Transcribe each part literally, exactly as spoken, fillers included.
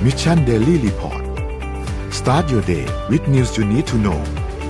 Mission Daily Report start your day with news you need to know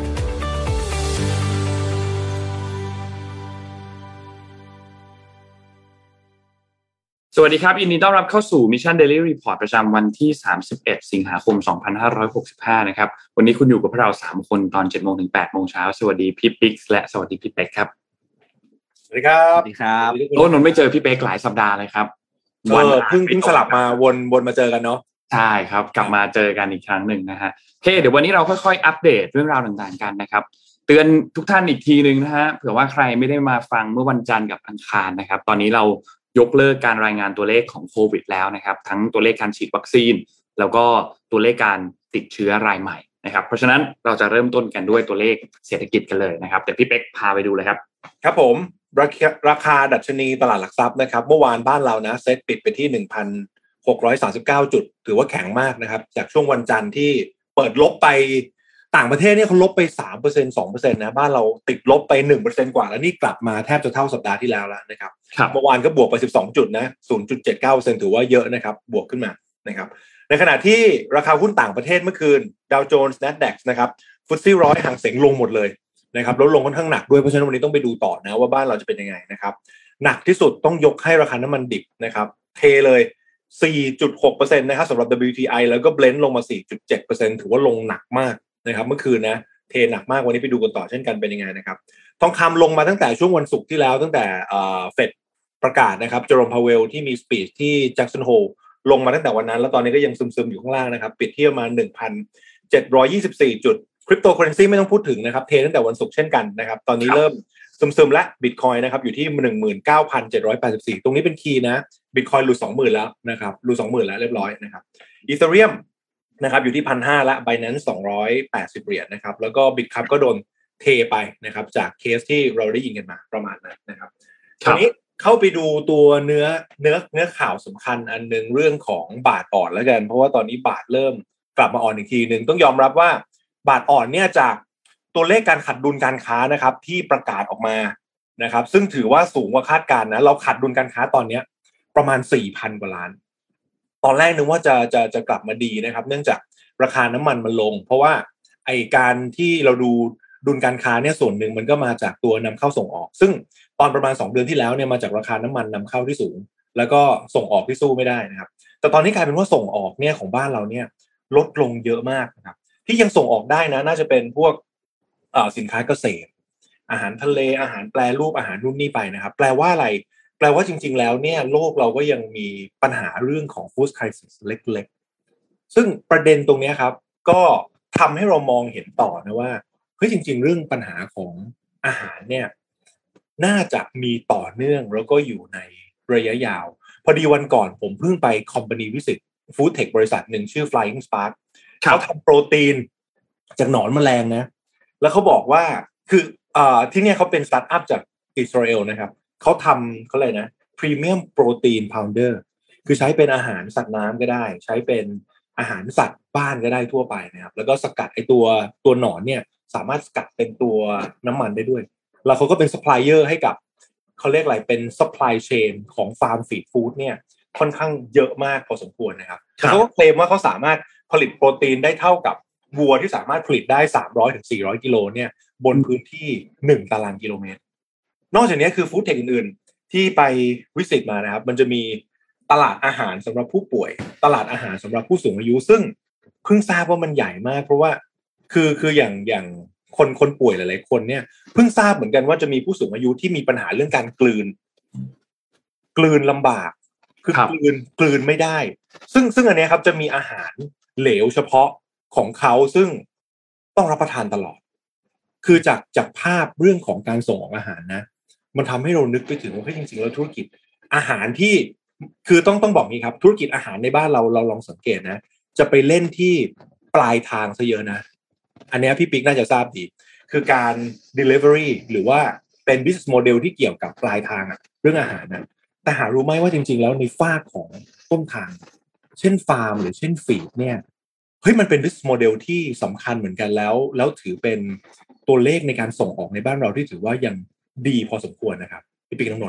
สวัสดีครับยินดีต้อนรับเข้าสู่ Mission Daily Report ประจำวันที่สามสิบเอ็ดสิงหาคมสองพันห้าร้อยหกสิบห้านะครับวันนี้คุณอยู่กับพวกเราสามคนตอน เจ็ดโมง ถึง แปดโมง เช้าสวัสดีพี่ปิ๊กและสวัสดีพี่เป๊กครับสวัสดีครับสวัสดีครับโอ้นนไม่เจอพี่เป๊กหลายสัปดาห์เลยครับวันเพิ่งเพิ่งสลับมาวนวนมาเจอกันเนาะใช่ครับกลับมาเจอกันอีกครั้งหนึ่งนะฮะโอเคเดี๋ยววันนี้เราค่อยๆอัปเดตเรื่องราวต่างๆกันนะครับเตือนทุกท่านอีกทีนึงนะฮะเผื่อว่าใครไม่ได้มาฟังเมื่อวันจันทร์กับอังคารนะครับตอนนี้เรายกเลิกการรายงานตัวเลขของโควิดแล้วนะครับทั้งตัวเลขการฉีดวัคซีนแล้วก็ตัวเลขการติดเชื้อรายใหม่นะครับเพราะฉะนั้นเราจะเริ่มต้นกันด้วยตัวเลขเศรษฐกิจกันเลยนะครับเดี๋ยวพี่เป๊กพาไปดูเลยครับครับผมราคาราคาดัชนีตลาดหลักทรัพย์นะครับเมื่อวานบ้านเรานะเซ็ตปิดไปที่ หนึ่งพันหกร้อยสามสิบเก้า จุดถือว่าแข็งมากนะครับจากช่วงวันจันทร์ที่เปิดลบไปต่างประเทศเนี่ยเขาลบไป สามเปอร์เซ็นต์ สองเปอร์เซ็นต์ นะบ้านเราติดลบไป หนึ่งเปอร์เซ็นต์ กว่าแล้วนี่กลับมาแทบจะเท่าสัปดาห์ที่แล้วแล้วนะครับเมื่อวานก็บวกไปสิบสองจุดนะ ศูนย์จุดเจ็ดเก้าเปอร์เซ็นต์ ถือว่าเยอะนะครับบวกขึ้นมานะครับในขณะที่ราคาหุ้นต่างประเทศเมื่อคืน Dow Jones Nasdaq นะครับ ฟุตซี่ หนึ่งร้อยหางเส็งลงหมดเลยนะครับแล้วลงค่อนข้างหนักด้วยเพราะฉะนั้นวันนี้ต้องไปดูต่อนะว่าบ้านเราจะเป็นยังไงนะครับหนักที่สุดต้องยกให้ราคาน้ำมันดิบนะครับเทเลย สี่จุดหกเปอร์เซ็นต์ นะครับสำหรับ ดับเบิลยู ที ไอ แล้วก็เบลนด์ลงมา สี่จุดเจ็ดเปอร์เซ็นต์ ถือว่าลงหนักมากนะครับเมื่อคืนนะเทหนักมากวันนี้ไปดูกันต่อเช่นกันเป็นยังไงนะครับทองคำลงมาตั้งแต่ช่วงวันศุกร์ที่แล้วตั้งแต่เอ่อเฟดประกาศนะครับเจอโรมพาเวลที่มีสปีชที่แจ็คสันโฮลลงมาตั้งแต่วันนั้นแล้วตอนนี้ก็ยังซึมๆอยู่ข้างล่างนะครับปิดที่ประมาณ หนึ่งพันเจ็ดร้อยยี่สิบสี่ จุดคริปโตเคอเรนซีไม่ต้องพูดถึงนะครับเทตั้งแต่วันศุกร์เช่นกันนะครับตอนนี้เริ่มซึมๆและ Bitcoin นะครับอยู่ที่ หนึ่งหมื่นเก้าพันเจ็ดร้อยแปดสิบสี่ ตรงนี้เป็นคีย์นะ Bitcoin หลุด สองหมื่น แล้วนะครับหลุด สองหมื่น แล้วเรียบร้อยนะครับ Ethereum นะครับอยู่ที่ หนึ่งพันห้าร้อย และ Binance สองร้อยแปดสิบเหรียญนะครับแล้วก็ Bitcup ก็โดนเทไปนะครับจากเคสที่เราได้ยินกันมาประมาณนั้นนะครับตอนนี้เข้าไปดูตัวเนื้อเนื้อเนื้อข่าวสำคัญอันนึงเรื่องของบาทอ่อนแล้วกันเพราะว่าตอนนี้บาทเริ่มกลับมาอ่อนอีกทีนึงต้องยอมรับว่าบาทอ่อนเนี่ยจากตัวเลขการขาดดุลการค้านะครับที่ประกาศออกมานะครับซึ่งถือว่าสูงกว่าคาดการณ์นะเราขาดดุลการค้าตอนนี้ประมาณ สี่พัน กว่าล้านตอนแรกนึกว่าจะจะจะกลับมาดีนะครับเนื่องจากราคาน้ำมันมันลงเพราะว่าไอการที่เราดูดุลการค้าเนี่ยส่วนหนึ่งมันก็มาจากตัวนำเข้าส่งออกซึ่งตอนประมาณสองเดือนที่แล้วเนี่ยมาจากราคาน้ำมันนำเข้าที่สูงแล้วก็ส่งออกที่สู้ไม่ได้นะครับแต่ตอนนี้กลายเป็นว่าส่งออกเนี่ยของบ้านเราเนี่ยลดลงเยอะมากนะครับที่ยังส่งออกได้นะน่าจะเป็นพวกสินค้าเกษตรอาหารทะเลอาหารแปรรูปอาหารนู่นนี่ไปนะครับแปลว่าอะไรแปลว่าจริงๆแล้วเนี่ยโลกเราก็ยังมีปัญหาเรื่องของ food crisis เล็กๆซึ่งประเด็นตรงนี้ครับก็ทำให้เรามองเห็นต่อนะว่าเฮ้ยจริงๆเรื่องปัญหาของอาหารเนี่ยน่าจะมีต่อเนื่องแล้วก็อยู่ในระยะยาวพอดีวันก่อนผมเพิ่งไป company visit food tech บริษัทหนึ่งชื่อ Flying Spark เขาทำโปรตีนจากหนอนแมลงนะแล้วเขาบอกว่าคืออ่าที่เนี่ยเขาเป็นสตาร์ทอัพจากอิสราเอลนะครับเขาทำเขาเลยนะพรีเมียมโปรตีนพาวเดอร์คือใช้เป็นอาหารสัตว์น้ำก็ได้ใช้เป็นอาหารสัตว์บ้านก็ได้ทั่วไปนะครับแล้วก็สกัดไอตัวตัวหนอนเนี่ยสามารถสกัดเป็นตัวน้ำมันได้ด้วยแล้วเขาก็เป็นซัพพลายเออร์ให้กับเขาเรียกอะไรเป็นซัพพลายเชนของฟาร์มฟีดฟู้ดเนี่ยค่อนข้างเยอะมากพอสมควรนะครับเขาก็เคลมว่าเขาสามารถผลิตโปรตีนได้เท่ากับวัวที่สามารถผลิตได้สามร้อยถึงสี่ร้อยกิโลเนี่ยบนพื้นที่หนึ่งตารางกิโลเมตรนอกจากนี้คือฟู้ดเทคอื่นๆที่ไปวิสิตมานะครับมันจะมีตลาดอาหารสำหรับผู้ป่วยตลาดอาหารสำหรับผู้สูงอายุซึ่งเพิ่งทราบว่ามันใหญ่มากเพราะว่าคือคืออย่างอย่างคนคนป่วยหลายๆคนเนี่ยเพิ่งทราบเหมือนกันว่าจะมีผู้สูงอายุที่มีปัญหาเรื่องการกลืนกลืนลำบากคือกลืนกลืนไม่ได้ซึ่งซึ่งอันนี้ครับจะมีอาหารเหลวเฉพาะของเขาซึ่งต้องรับประทานตลอดคือจากจากภาพเรื่องของการส่งออกอาหารนะมันทำให้เรานึกไปถึงว่าจริงๆแล้วธุรกิจอาหารที่คือต้องต้องบอกนี้ครับธุรกิจอาหารในบ้านเราเราลองสังเกตนะจะไปเล่นที่ปลายทางซะเยอะนะอันนี้พี่ปิ๊กน่าจะทราบดีคือการ delivery หรือว่าเป็น business model ที่เกี่ยวกับปลายทางอะเรื่องอาหารนะแต่หารู้ไหมว่าจริงๆแล้วในฝากของต้นทางเช่นฟาร์มหรือเช่นฟีดเนี่ยเฮ้ยมันเป็น business model ที่สำคัญเหมือนกันแล้วแล้วถือเป็นตัวเลขในการส่งออกในบ้านเราที่ถือว่ายังดีพอสมควรนะครับพี่ปิ๊กน้องนนท์ครับ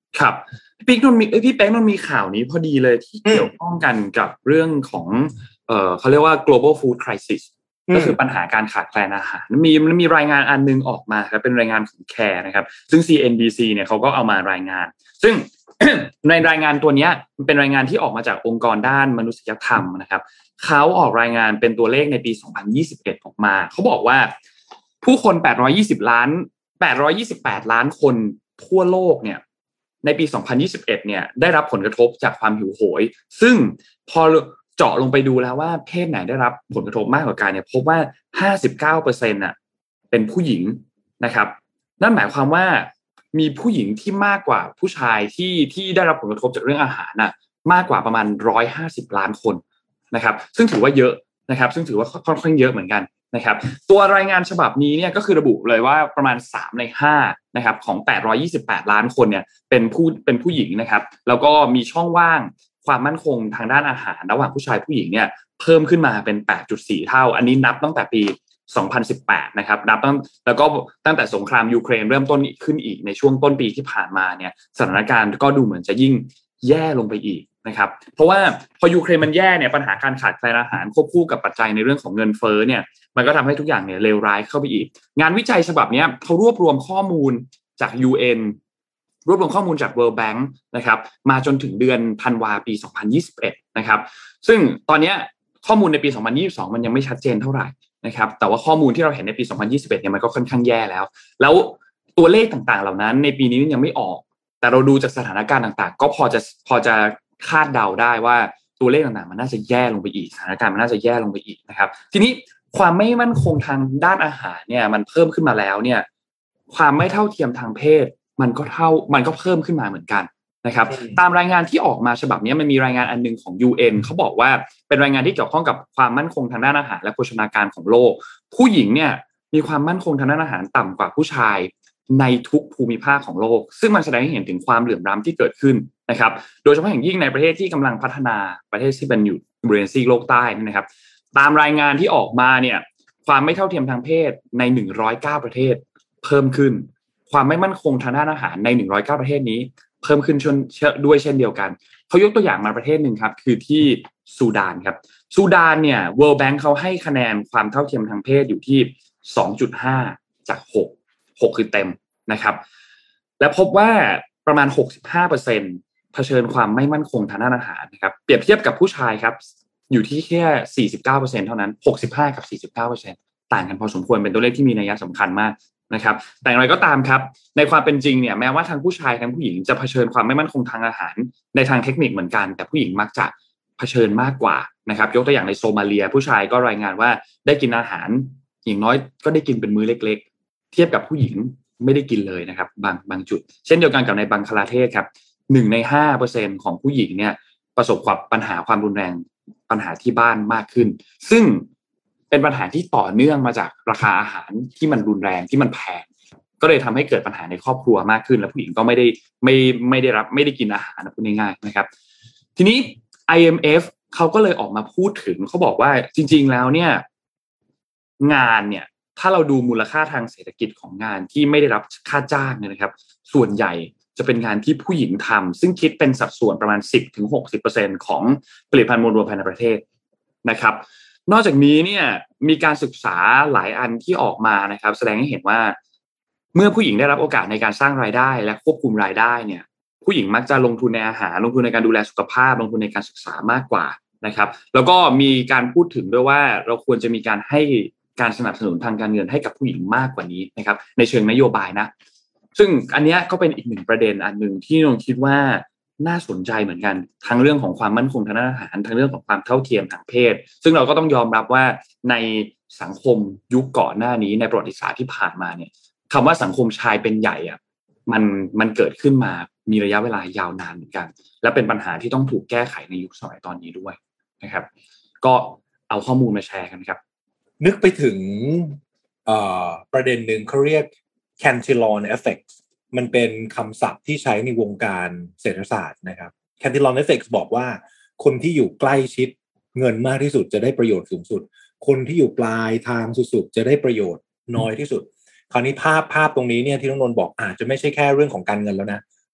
ครับพี่นนท์มีพี่แป๊งนนท์มีข่าวนี้พอดีเลยที่เกี่ยวข้องกันกับเรื่องของเอ่อเขาเรียกว่า global food crisis ก็คือปัญหาการขาดแคลนอาหารมีมันมีรายงานอันนึงออกมาครับเป็นรายงานของแคร์นะครับซึ่ง ซี เอ็น บี ซี เนี่ยเขาก็เอามารายงานซึ่ง ในรายงานตัวนี้มันเป็นรายงานที่ออกมาจากองค์กรด้านมนุษยธรรมนะครับเขาออกรายงานเป็นตัวเลขในปีสองพันยี่สิบเอ็ดออกมาเขาบอกว่าผู้คนแปดร้อยยี่สิบล้านแปดร้อยยี่สิบแปดล้านคนทั่วโลกเนี่ยในปีสองพันยี่สิบเอ็ดเนี่ยได้รับผลกระทบจากความหิวโหยซึ่งพอเจาะลงไปดูแล้วว่าเพศไหนได้รับผลกระทบมากกว่ากันเนี่ยพบว่า ห้าสิบเก้าเปอร์เซ็นต์ น่ะเป็นผู้หญิงนะครับนั่นหมายความว่ามีผู้หญิงที่มากกว่าผู้ชายที่ที่ได้รับผลกระทบจากเรื่องอาหารน่ะมากกว่าประมาณหนึ่งร้อยห้าสิบล้านคนนะครับซึ่งถือว่าเยอะนะครับซึ่งถือว่าค่อนข้างเยอะเหมือนกันนะครับตัวรายงานฉบับนี้เนี่ยก็คือระบุเลยว่าประมาณสามในห้านะครับของแปดร้อยยี่สิบแปดล้านคนเนี่ยเป็นผู้เป็นผู้หญิงนะครับแล้วก็มีช่องว่างความมั่นคงทางด้านอาหารระหว่างผู้ชายผู้หญิงเนี่ยเพิ่มขึ้นมาเป็น แปดจุดสี่ เท่าอันนี้นับตั้งแต่ปีสองพันสิบแปดนะครับนับตั้งแล้วก็ตั้งแต่สงครามยูเครนเริ่มต้นขึ้นอีกในช่วงต้นปีที่ผ่านมาเนี่ยสถานการณ์ก็ดูเหมือนจะยิ่งแย่ลงไปอีกนะครับเพราะว่าพอยูเครนมันแย่เนี่ยปัญหาการขาดแคลนอาหารควบคู่กับปัจจัยในเรื่องของเงินเฟ้อเนี่ยมันก็ทำให้ทุกอย่างเนี่ยเลวร้ายเข้าไปอีกงานวิจัยฉบับนี้เขารวบรวมข้อมูลจาก ยู เอ็น รวบรวมข้อมูลจาก World Bank นะครับมาจนถึงเดือนธันวาปีสองพันยี่สิบเอ็ดนะครับซึ่งตอนนี้ข้อมูลในปีสองพันยี่สิบสองมันยังไม่ชัดเจนเท่าไหร่นะครับแต่ว่าข้อมูลที่เราเห็นในปีสองพันยี่สิบเอ็ดเนี่ยมันก็ค่อนข้างแย่แล้วแล้วตัวเลขต่างๆเหล่านั้นในปีนี้ยังไม่ออกแต่เราดูจากสถานการณ์ต่างๆก็พอจะพอจะคาดเดาได้ว่าตัวเลขต่างๆมันน่าจะแย่ลงไปอีกสถานการณ์มันน่าจะแย่ลงไปอีกนะครับทีนี้ความไม่มั่นคงทางด้านอาหารเนี่ยมันเพิ่มขึ้นมาแล้วเนี่ยความไม่เท่าเทียมทางเพศมันก็เท่ามันก็เพิ่มขึ้นมาเหมือนกันนะครับตามรายงานที่ออกมาฉบับนี้มันมีรายงานอันนึงของ ยู เอ็น เขาบอกว่าเป็นรายงานที่เกี่ยวข้องกับความมั่นคงทางด้านอาหารและโภชนาการของโลกผู้หญิงเนี่ยมีความมั่นคงทางด้านอาหารต่ำกว่าผู้ชายในทุกภูมิภาคของโลกซึ่งมันแสดงให้เห็นถึงความเหลื่อมล้ำที่เกิดขึ้นนะครับโดยเฉพาะอย่างยิ่งในประเทศที่กำลังพัฒนาประเทศที่เป็นอยู่บริเวณซีกโลกใต้นะครับตามรายงานที่ออกมาเนี่ยความไม่เท่าเทียมทางเพศในหนึ่งร้อยเก้าประเทศเพิ่มขึ้นความไม่มั่นคงทางด้านอาหารในหนึ่งร้อยเก้าประเทศนี้เพิ่มขึ้นด้วยเช่นเดียวกันเขายกตัวอย่างมาประเทศหนึ่งครับคือที่ซูดานครับซูดานเนี่ย World Bank เขาให้คะแนนความเท่าเทียมทางเพศอยู่ที่ สองจุดห้า จากหก หกคือเต็มนะครับและพบว่าประมาณ หกสิบห้าเปอร์เซ็นต์ เผชิญความไม่มั่นคงทางด้านอาหารนะครับเปรียบเทียบกับผู้ชายครับอยู่ที่แค่ สี่สิบเก้าเปอร์เซ็นต์ เท่านั้นหกสิบห้ากับ สี่สิบเก้าเปอร์เซ็นต์ ต่างกันพอสมควรเป็นตัวเลขที่มีนัยสำคัญมากนะครับแต่อย่างไรก็ตามครับในความเป็นจริงเนี่ยแม้ว่าทั้งผู้ชายทั้งผู้หญิงจะเผชิญความไม่มั่นคงทางอาหารในทางเทคนิคเหมือนกันแต่ผู้หญิงมักจะเผชิญมากกว่านะครับยกตัวอย่างในโซมาเลียผู้ชายก็รายงานว่าได้กินอาหารอย่างน้อยก็ได้กินเป็นมื้อเล็กๆเทียบกับผู้หญิงไม่ได้กินเลยนะครับบางบางจุดเช่นเดียวกันกับในบังคลาเทศครับหนึ่งในห้าเปอร์เซ็นต์ของผู้หญิงเนี่ยประสบกับปัญหาความรุนแรงปัญหาที่บ้านมากขึ้นซึ่งเป็นปัญหาที่ต่อเนื่องมาจากราคาอาหารที่มันรุนแรงที่มันแพงก็เลยทำให้เกิดปัญหาในครอบครัวมากขึ้นและผู้หญิงก็ไม่ได้ไม่ไม่ได้รับไม่ได้กินอาหารนะพูดง่ายๆนะครับทีนี้ ไอ เอ็ม เอฟ เขาก็เลยออกมาพูดถึงเขาบอกว่าจริงๆแล้วเนี่ยงานเนี่ยถ้าเราดูมูลค่าทางเศรษฐกิจของงานที่ไม่ได้รับค่าจ้างเนี่ยนะครับส่วนใหญ่จะเป็นงานที่ผู้หญิงทำซึ่งคิดเป็นสัดส่วนประมาณ สิบถึงหกสิบเปอร์เซ็นต์ ของผลิตภัณฑ์มวลรวมภายในประเทศนะครับนอกจากนี้เนี่ยมีการศึกษาหลายอันที่ออกมานะครับแสดงให้เห็นว่าเมื่อผู้หญิงได้รับโอกาสในการสร้างรายได้และควบคุมรายได้เนี่ยผู้หญิงมักจะลงทุนในอาหารลงทุนในการดูแลสุขภาพลงทุนในการศึกษามากกว่านะครับแล้วก็มีการพูดถึงด้วยว่าเราควรจะมีการให้การสนับสนุนทางการเงินให้กับผู้หญิงมากกว่านี้นะครับในเชิงนโยบายนะซึ่งอันนี้ก็เป็นอีกหนึ่งประเด็นอันหนึ่งที่น้องคิดว่าน่าสนใจเหมือนกันทั้งเรื่องของความมั่นคงทางด้านอาหารทั้งเรื่องของความเท่าเทียมทางเพศซึ่งเราก็ต้องยอมรับว่าในสังคมยุคก่อนหน้านี้ในประวัติศาสตร์ที่ผ่านมาเนี่ยคำว่าสังคมชายเป็นใหญ่อ่ะมันมันเกิดขึ้นมามีระยะเวลายาวนานเหมือนกันและเป็นปัญหาที่ต้องถูกแก้ไขในยุคสมัยตอนนี้ด้วยนะครับก็เอาข้อมูลมาแชร์กันครับนึกไปถึงประเด็นหนึ่งเขาเรียก Cantillon effect มันเป็นคำศัพท์ที่ใช้ในวงการเศรษฐศาสตร์นะครับ Cantillon effect บอกว่าคนที่อยู่ใกล้ชิดเงินมากที่สุดจะได้ประโยชน์สูงสุดคนที่อยู่ปลายทางสุดๆจะได้ประโยชน์น้อยที่สุดคราวนี้ภาพภาพตรงนี้เนี่ยที่น้องนนท์บอกอาจจะไม่ใช่แค่เรื่องของการเงินแล้วนะ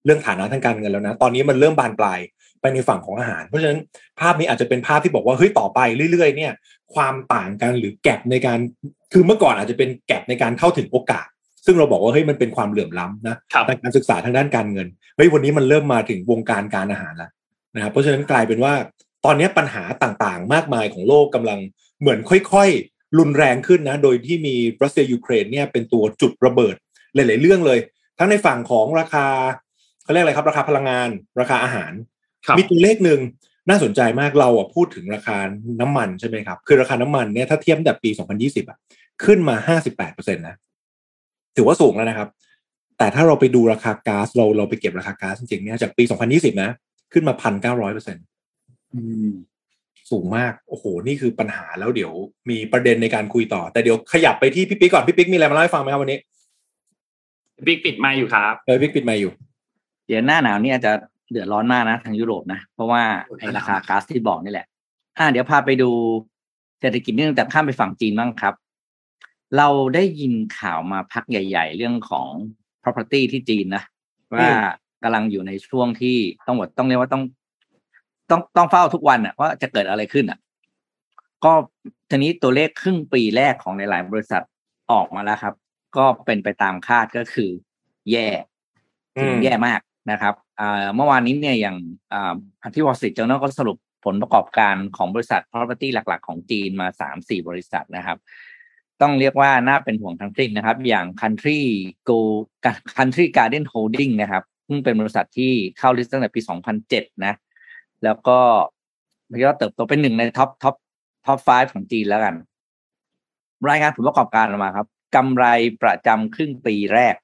เรื่องฐานะทางการเงินแล้วนะตอนนี้มันเริ่มบานปลายไปในฝั่งของอาหารเพราะฉะนั้นภาพนี้อาจจะเป็นภาพที่บอกว่าเฮ้ยต่อไปเรื่อยๆเนี่ยความต่างกันหรือแก็ปในการคือเมื่อก่อนอาจจะเป็นแก็ปในการเข้าถึงโอกาสซึ่งเราบอกว่าเฮ้ยมันเป็นความเหลื่อมล้ำนะในการศึกษาทางด้านการเงินเฮ้ยวันนี้มันเริ่มมาถึงวงการการอาหารแล้วนะครับเพราะฉะนั้นกลายเป็นว่าตอนนี้ปัญหาต่างๆมากมายของโลกกำลังเหมือนค่อยๆรุนแรงขึ้นนะโดยที่มีรัสเซียยูเครนเนี่ยเป็นตัวจุดระเบิดหลายๆเรื่องเลยทั้งในฝั่งของราคาเขาเรียกอะไรครับราคาพลังงานราคาอาหารมีตัวเลขหนึ่งน่าสนใจมากเราอ่ะพูดถึงราคาน้ำมันใช่ไหมครับคือราคาน้ำมันเนี่ยถ้าเทียบตั้งแต่ปีสองพันยี่สิบอ่ะขึ้นมา ห้าสิบแปดเปอร์เซ็นต์ นะถือว่าสูงแล้วนะครับแต่ถ้าเราไปดูราคาก๊าซเราเราไปเก็บราคาก๊าซจริงๆเนี่ยจากปีสองพันยี่สิบนะขึ้นมา หนึ่งพันเก้าร้อยเปอร์เซ็นต์ อืมสูงมากโอ้โหนี่คือปัญหาแล้วเดี๋ยวมีประเด็นในการคุยต่อแต่เดี๋ยวขยับไปที่พี่ปิ๊กก่อนพี่ปิ๊กมีอะไรมาเล่าให้ฟังไหมครับวันนี้บิ๊กปิดไมค์อยู่ครับเออบิ๊กปิดไมค์อยู่เดี๋ยวหน้าหนาวนี่อาจจะเดือดร้อนมากนะทางยุโรปนะเพราะว่าไอ้ราคาก๊าซที่บอกนี่แหละอ่าเดี๋ยวพาไปดูเศรษฐกิจนิดนึงแต่ข้ามไปฝั่งจีนบ้างครับเราได้ยินข่าวมาพักใหญ่ๆเรื่องของ property ที่จีนนะว่ากำลังอยู่ในช่วงที่ต้องหมดต้องเรียกว่าต้องต้องต้องเฝ้าทุกวันอ่ะว่าจะเกิดอะไรขึ้นอ่ะก็ทีนี้ตัวเลขครึ่งปีแรกของหลายๆบริษัทออกมาแล้วครับก็เป็นไปตามคาดก็คือแย่แย่มากนะครับเมื่อวานนี้เนี่ยอย่างที่ Wall Street Journal ก็สรุปผลประกอบการของบริษัท property หลักๆของจีนมา สามสี่ บริษัทนะครับต้องเรียกว่าน่าเป็นห่วงทั้งสิ้นนะครับอย่าง Country Go Country Garden Holding นะครับซึ่งเป็นบริษัทที่เข้าลิสต์ตั้งแต่ปีสองพันเจ็ดนะแล้วก็เรียกว่าเติบโตเป็นหนึ่งในท็อปท็อปท็อปห้าของจีนแล้วกันรายงานผลประกอบการออกมาครับกำไรประจำครึ่งปีแรก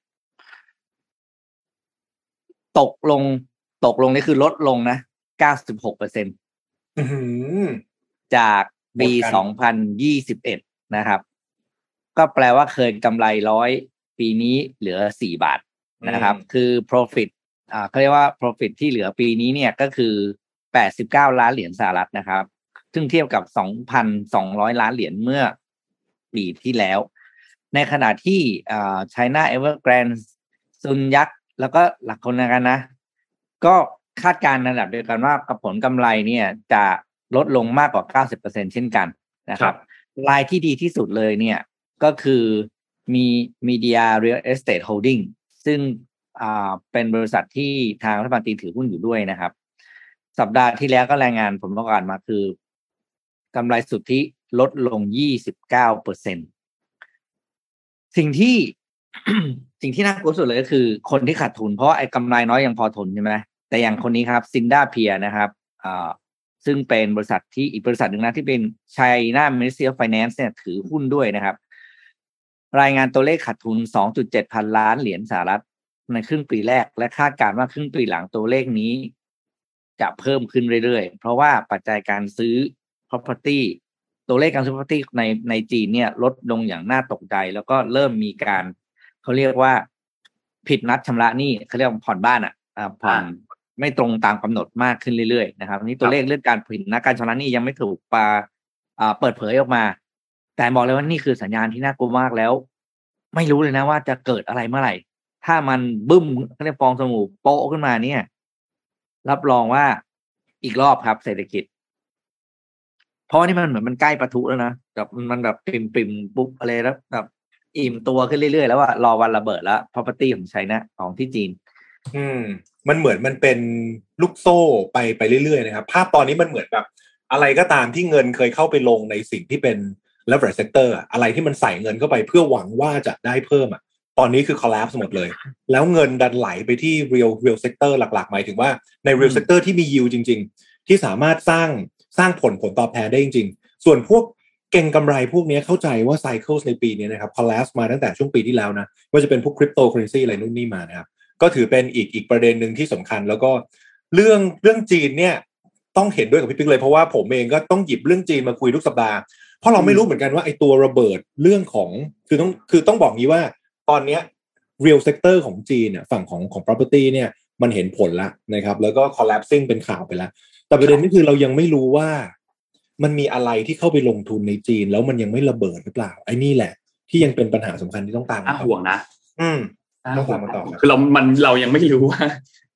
ตกลงตกลงนี่คือลดลงนะ เก้าสิบหกเปอร์เซ็นต์อื้อหือจากปีสองพันยี่สิบเอ็ดนะครับก็แปลว่าเคยกำไรหนึ่งร้อยปีนี้เหลือสี่บาทนะครับคือ profit อ่าเค้าเรียกว่า profit ที่เหลือปีนี้เนี่ยก็คือแปดสิบเก้าล้านเหรียญสหรัฐนะครับซึ่งเทียบกับ สองพันสองร้อย ล้านเหรียญเมื่อปีที่แล้วในขณะที่อ่า China Evergrande ซุนยักษ์แล้วก็หลักคนกันนะก็คาดการณ์ระดับเดียวกันว่าผลกำไรเนี่ยจะลดลงมากกว่า เก้าสิบเปอร์เซ็นต์ เช่นกันนะครับรายที่ดีที่สุดเลยเนี่ยก็คือมี Media Real Estate Holding ซึ่งอ่าเป็นบริษัทที่ทางรัฐบาลจีนถือหุ้นอยู่ด้วยนะครับสัปดาห์ที่แล้วก็รายงานผลประกอบการมาคือกำไรสุทธิลดลง ยี่สิบเก้าเปอร์เซ็นต์ สิ่งที่ สิ่งที่น่ากลัวสุดเลยก็คือคนที่ขาดทุนเพราะไอ้กำไรน้อยยังพอทนใช่ไหมแต่อย่างคนนี้ครับซินด้าเพียนะครับอ่าซึ่งเป็นบริษัทที่อีกบริษัทหนึ่งนะที่เป็น China Ministry of Finance เนี่ยถือหุ้นด้วยนะครับรายงานตัวเลขขาดทุน สองจุดเจ็ด พันล้านเหรียญสหรัฐในครึ่งปีแรกและคาดการณ์ว่าครึ่งปีหลังตัวเลขนี้จะเพิ่มขึ้นเรื่อยๆเพราะว่าปัจจัยการซื้อ property ตัวเลขการซื้อ property ในในจีนเนี่ยลดลงอย่างน่าตกใจแล้วก็เริ่มมีการเขาเรียกว่าผิดนัดชำระหนี้เขาเรียกผ่อนบ้านอ่ะผ่อนไม่ตรงตามกำหนดมากขึ้นเรื่อยๆนะครับนี่ตัวเลขเรื่องการผิดนัดการชำระหนี้ยังไม่ถูกปาเปิดเผยออกมาแต่บอกเลยว่านี่คือสัญญาณที่น่ากลัวมากแล้วไม่รู้เลยนะว่าจะเกิดอะไรเมื่อไหร่ถ้ามันบึ้มเขาเรียกฟองสบู่โป๊ะขึ้นมาเนี่ยรับรองว่าอีกรอบครับเศรษฐกิจเพราะนี่มันเหมือนมันใกล้ปะทุแล้วนะแบบมันแบบปิ่มๆปุ๊บอะไรแล้วแบบอิ่มตัวขึ้นเรื่อยๆแล้วว่ารอวันระเบิดแล้ว property ของไชน่าของที่จีนอืมมันเหมือนมันเป็นลูกโซ่ไปไปเรื่อยๆนะครับภาพตอนนี้มันเหมือนแบบอะไรก็ตามที่เงินเคยเข้าไปลงในสิ่งที่เป็น leverage sector อะไรที่มันใส่เงินเข้าไปเพื่อหวังว่าจะได้เพิ่มอ่ะตอนนี้คือ collapse หมดเลยแล้วเงินดันไหลไปที่ real real sector หลักๆหมายถึงว่าใน real sector ที่มี yield จริงๆที่สามารถสร้างสร้างผลผลตอบแทนได้จริงๆส่วนพวกเก่งกำไรพวกนี้เข้าใจว่า cycles ในปีนี้นะครับ collapse มาตั้งแต่ช่วงปีที่แล้วนะว่าจะเป็นพวก cryptocurrency อะไรนู่นนี่มานะครับก็ถือเป็นอีกอีกประเด็นหนึ่งที่สำคัญแล้วก็เรื่องเรื่องจีนเนี่ยต้องเห็นด้วยกับพี่ปิ๊กเลยเพราะว่าผมเองก็ต้องหยิบเรื่องจีนมาคุยทุกสัปดาห์เพราะเราไม่รู้เหมือนกันว่าไอ้ตัวระเบิดเรื่องของคือต้องคือต้องบอกงี้ว่าตอนเนี้ย real sector ของจีนเนี่ยฝั่งของของ property เนี่ยมันเห็นผลละนะครับแล้วก็ collapsing เป็นข่าวไปแล้วแต่ประเด็นนี่คือเรายังไม่รู้ว่ามันมีอะไรที่เข้าไปลงทุนในจีนแล้วมันยังไม่ระเบิดหรือเปล่าไอ้นี่แหละที่ยังเป็นปัญหาสำคัญที่ต้องตามน่าห่วงนะอืมต้องตามมาต่อคือเรามันเรายังไม่รู้ว่า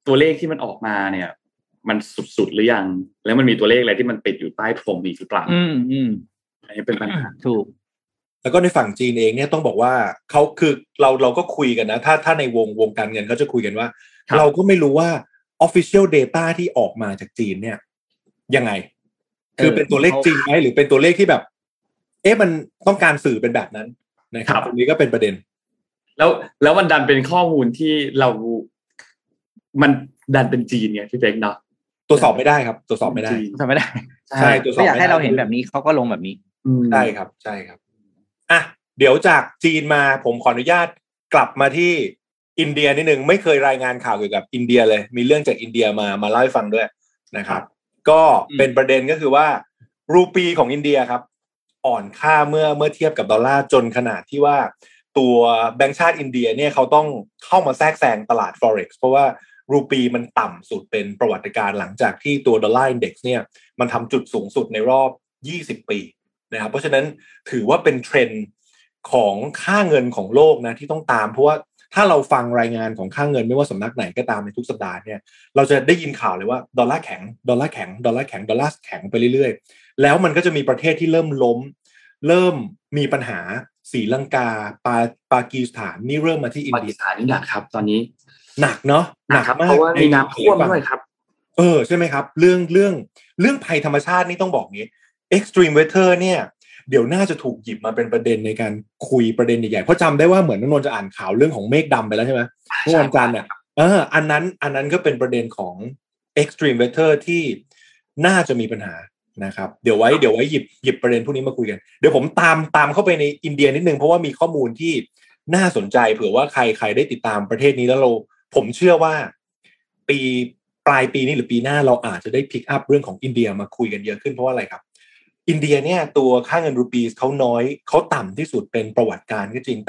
ตัวเลขที่มันออกมาเนี่ยมันสุดๆหรือยังแล้วมันมีตัวเลขอะไรที่มันติดอยู่ใต้พรมอีกหรือเปล่าอืมอืมอันนี้เป็นปัญหาถูกแล้วก็ในฝั่งจีนเองเนี่ยต้องบอกว่าเขาคือเราเราก็คุยกันนะถ้าถ้าในวงวงการเงินเขาจะคุยกันว่าเราก็ไม่รู้ว่า official data ที่ออกมาจากจีนเนี่ยยังไงคือเป็นตัวเลขจริงไหมหรือเป็นตัวเลขที่แบบเอ๊ะมันต้องการสื่อเป็นแบบนั้นนะครับตรงนี้ก็เป็นประเด็นแล้วแล้วมันดันเป็นข้อมูลที่เรามันดันเป็นจีนเนี่ยพี่เป๊กเนาะตรวจสอบไม่ได้ครับตรวจสอบไม่ได้ตรวจสอบไม่ได้ใช่ตรวจสอบไม่ได้อยากให้เราเห็นแบบนี้เขาก็ลงแบบนี้ใช่ครับใช่ครับอ่ะเดี๋ยวจากจีนมาผมขออนุญาตกลับมาที่อินเดียนิดนึงไม่เคยรายงานข่าวเกี่ยวกับอินเดียเลยมีเรื่องจากอินเดียมามาเล่าให้ฟังด้วยนะครับก็เป็นประเด็นก็คือว่ารูปีของอินเดียครับอ่อนค่าเมื่อเมื่อเทียบกับดอลลาร์จนขนาดที่ว่าตัวแบงก์ชาติอินเดียเนี่ยเขาต้องเข้ามาแทรกแซงตลาด Forex เพราะว่ารูปีมันต่ำสุดเป็นประวัติการณ์หลังจากที่ตัวดอลลาร์อินเด็กซ์เนี่ยมันทำจุดสูงสุดในรอบยี่สิบปีนะครับเพราะฉะนั้นถือว่าเป็นเทรนด์ของค่าเงินของโลกนะที่ต้องตามเพราะว่าถ้าเราฟังรายงานของค่าเงินไม่ว่าสำนักไหนก็ตามในทุกสัปดาห์เนี่ยเราจะได้ยินข่าวเลยว่าดอลลาร์แข็งดอลลาร์แข็งดอลลาร์แข็งดอลลาร์แข็งไปเรื่อยๆแล้วมันก็จะมีประเทศที่เริ่มล้มเริ่มมีปัญหาศรีลังกาปาปากีสถานนี่เริ่มมาที่อินเดียปากีสถานนี่หนักครับตอนนี้หนักเนาะหนักมากเพราะว่ามีน้ำท่วมด้วยครับเออใช่ไหมครับเรื่องเรื่องเรื่องภัยธรรมชาตินี่ต้องบอกงี้ extreme weather เนี่ยเดี๋ยวน่าจะถูกหยิบมาเป็นประเด็นในการคุยประเด็นใหญ่ๆเพราะจำได้ว่าเหมือนนนท์จะอ่านข่าวเรื่องของเมฆดำไปแล้วใช่ไหมเมื่อวันจันทร์เนี่ยเอออันนั้นอันนั้นก็เป็นประเด็นของ extreme weather ที่น่าจะมีปัญหานะครับเดี๋ยวไว้เดี๋ยวไว้หยิบหยิบประเด็นพวกนี้มาคุยกันเดี๋ยวผมตามตามเข้าไปในอินเดียนิดนึงเพราะว่ามีข้อมูลที่น่าสนใจเผื่อว่าใครใครได้ติดตามประเทศนี้แล้วเราผมเชื่อว่าปีปลายปีนี้หรือปีหน้าเราอาจจะได้พิกอัพเรื่องของอินเดียมาคุยกันเยอะขึ้นเพราะว่าอะไรครับอินเดียเนี่ยตัวค่าเงินรูปีเขาน้อยเขาต่ำที่สุดเป็นประวัติการก็จริงแต่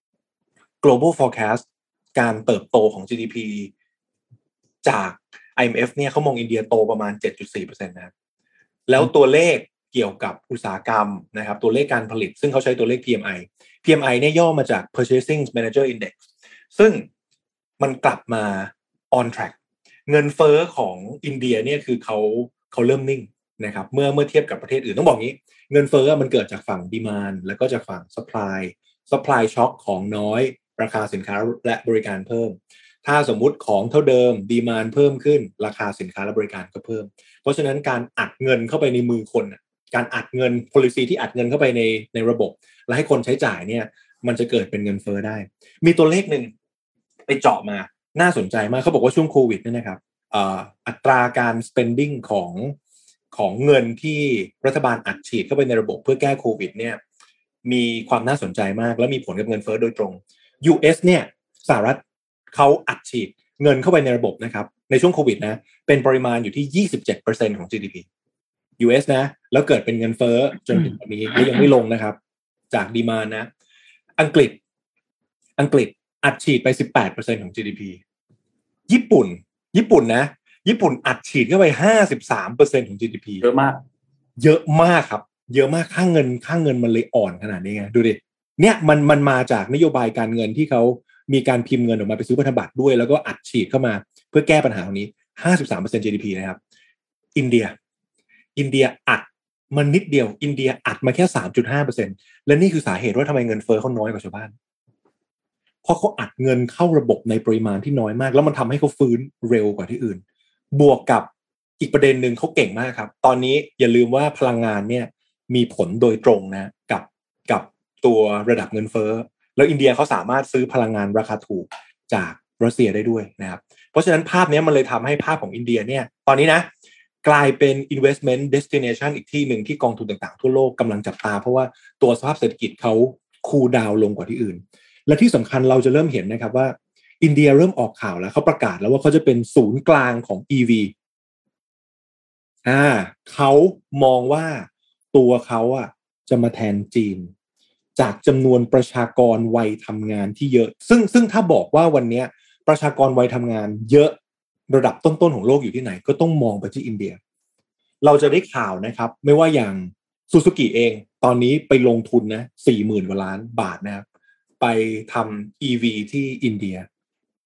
global forecast การเติบโตของ จี ดี พี จาก ไอ เอ็ม เอฟ เนี่ยเขามองอินเดียโตประมาณ เจ็ดจุดสี่เปอร์เซ็นต์ นะครับแล้วตัวเลขเกี่ยวกับอุตสาหกรรมนะครับตัวเลขการผลิตซึ่งเขาใช้ตัวเลข พี เอ็ม ไอ พี เอ็ม ไอ เนี่ยย่อมาจาก Purchasing Manager Index ซึ่งมันกลับมา on track เงินเฟ้อของอินเดียเนี่ยคือเขาเขาเริ่มนิ่งนะครับเมื่อเมื่อเทียบกับประเทศอื่นต้องบอกงี้เงินเฟ้อมันเกิดจากฝั่ง demand แล้วก็จากฝั่ง supply supply shock ของน้อยราคาสินค้าและบริการเพิ่มถ้าสมมุติของเท่าเดิม demand เพิ่มขึ้นราคาสินค้าและบริการก็เพิ่มเพราะฉะนั้นการอัดเงินเข้าไปในมือคนการอัดเงิน policy ที่อัดเงินเข้าไปในในระบบและให้คนใช้จ่ายเนี่ยมันจะเกิดเป็นเงินเฟ้อได้มีตัวเลขหนึ่งไปเจาะมาน่าสนใจมากเขาบอกว่าช่วงโควิดเนี่ยนะครับอัตราการ spending ของของเงินที่รัฐบาลอัดฉีดเข้าไปในระบบเพื่อแก้โควิดเนี่ยมีความน่าสนใจมากและมีผลกับเงินเฟ้อโดยตรง ยู เอส เนี่ยสหรัฐเขาอัดฉีดเงินเข้าไปในระบบนะครับในช่วงโควิดนะเป็นปริมาณอยู่ที่ ยี่สิบเจ็ดเปอร์เซ็นต์ ของ จี ดี พี ยู เอส นะแล้วเกิดเป็นเงินเฟ้อจนถึงตอนนี้และยังไม่ลงนะครับจากดีมานด์นะอังกฤษอังกฤษอัดฉีดไป สิบแปดเปอร์เซ็นต์ ของ จี ดี พี ญี่ปุ่นญี่ปุ่นนะญี่ปุ่นอัดฉีดเข้าไป ห้าสิบสามเปอร์เซ็นต์ ของ จี ดี พีเยอะมากเยอะมากครับเยอะมากค่าเงินค่าเงินมันเลยอ่อนขนาดนี้ไงดูดิเนี่ยมันมันมาจากนโยบายการเงินที่เขามีการพิมพ์เงินออกมาไปซื้อพันธบัตรด้วยแล้วก็อัดฉีดเข้ามาเพื่อแก้ปัญหาตรงนี้ ห้าสิบสามเปอร์เซ็นต์ จี ดี พี นะครับอินเดียอินเดียอัดมันนิดเดียวอินเดียอัดมาแค่ สามจุดห้าเปอร์เซ็นต์ และนี่คือสาเหตุว่าทำไมเงินเฟ้อเขาน้อยกว่าชาวบ้านเพราะเขาอัดเงินเข้าระบบในปริมาณที่น้อยมากแล้วมันทำให้เขาฟื้นเร็วกว่าที่อื่นบวกกับอีกประเด็นหนึ่งเขาเก่งมากครับตอนนี้อย่าลืมว่าพลังงานเนี่ยมีผลโดยตรงนะกับกับตัวระดับเงินเฟ้อแล้วอินเดียเขาสามารถซื้อพลังงานราคาถูกจากรัสเซียได้ด้วยนะครับเพราะฉะนั้นภาพนี้มันเลยทำให้ภาพของอินเดียเนี่ยตอนนี้นะกลายเป็น investment destination อีกที่หนึ่งที่กองทุนต่างๆทั่วโลกกำลังจับตาเพราะว่าตัวสภาพเศรษฐกิจเขาคูลดาวน์ลงกว่าที่อื่นและที่สำคัญเราจะเริ่มเห็นนะครับว่าอินเดียเริ่มออกข่าวแล้วเขาประกาศแล้วว่าเขาจะเป็นศูนย์กลางของ อี วี อ่าเขามองว่าตัวเขาอ่ะจะมาแทนจีนจากจำนวนประชากรวัยทำงานที่เยอะซึ่งซึ่งถ้าบอกว่าวันนี้ประชากรวัยทำงานเยอะระดับต้นๆของโลกอยู่ที่ไหนก็ต้องมองไปที่อินเดียเราจะได้ข่าวนะครับไม่ว่าอย่างซูซูกิเองตอนนี้ไปลงทุนนะ สี่หมื่น กว่าล้านบาทนะครับไปทำ อี วี ที่อินเดีย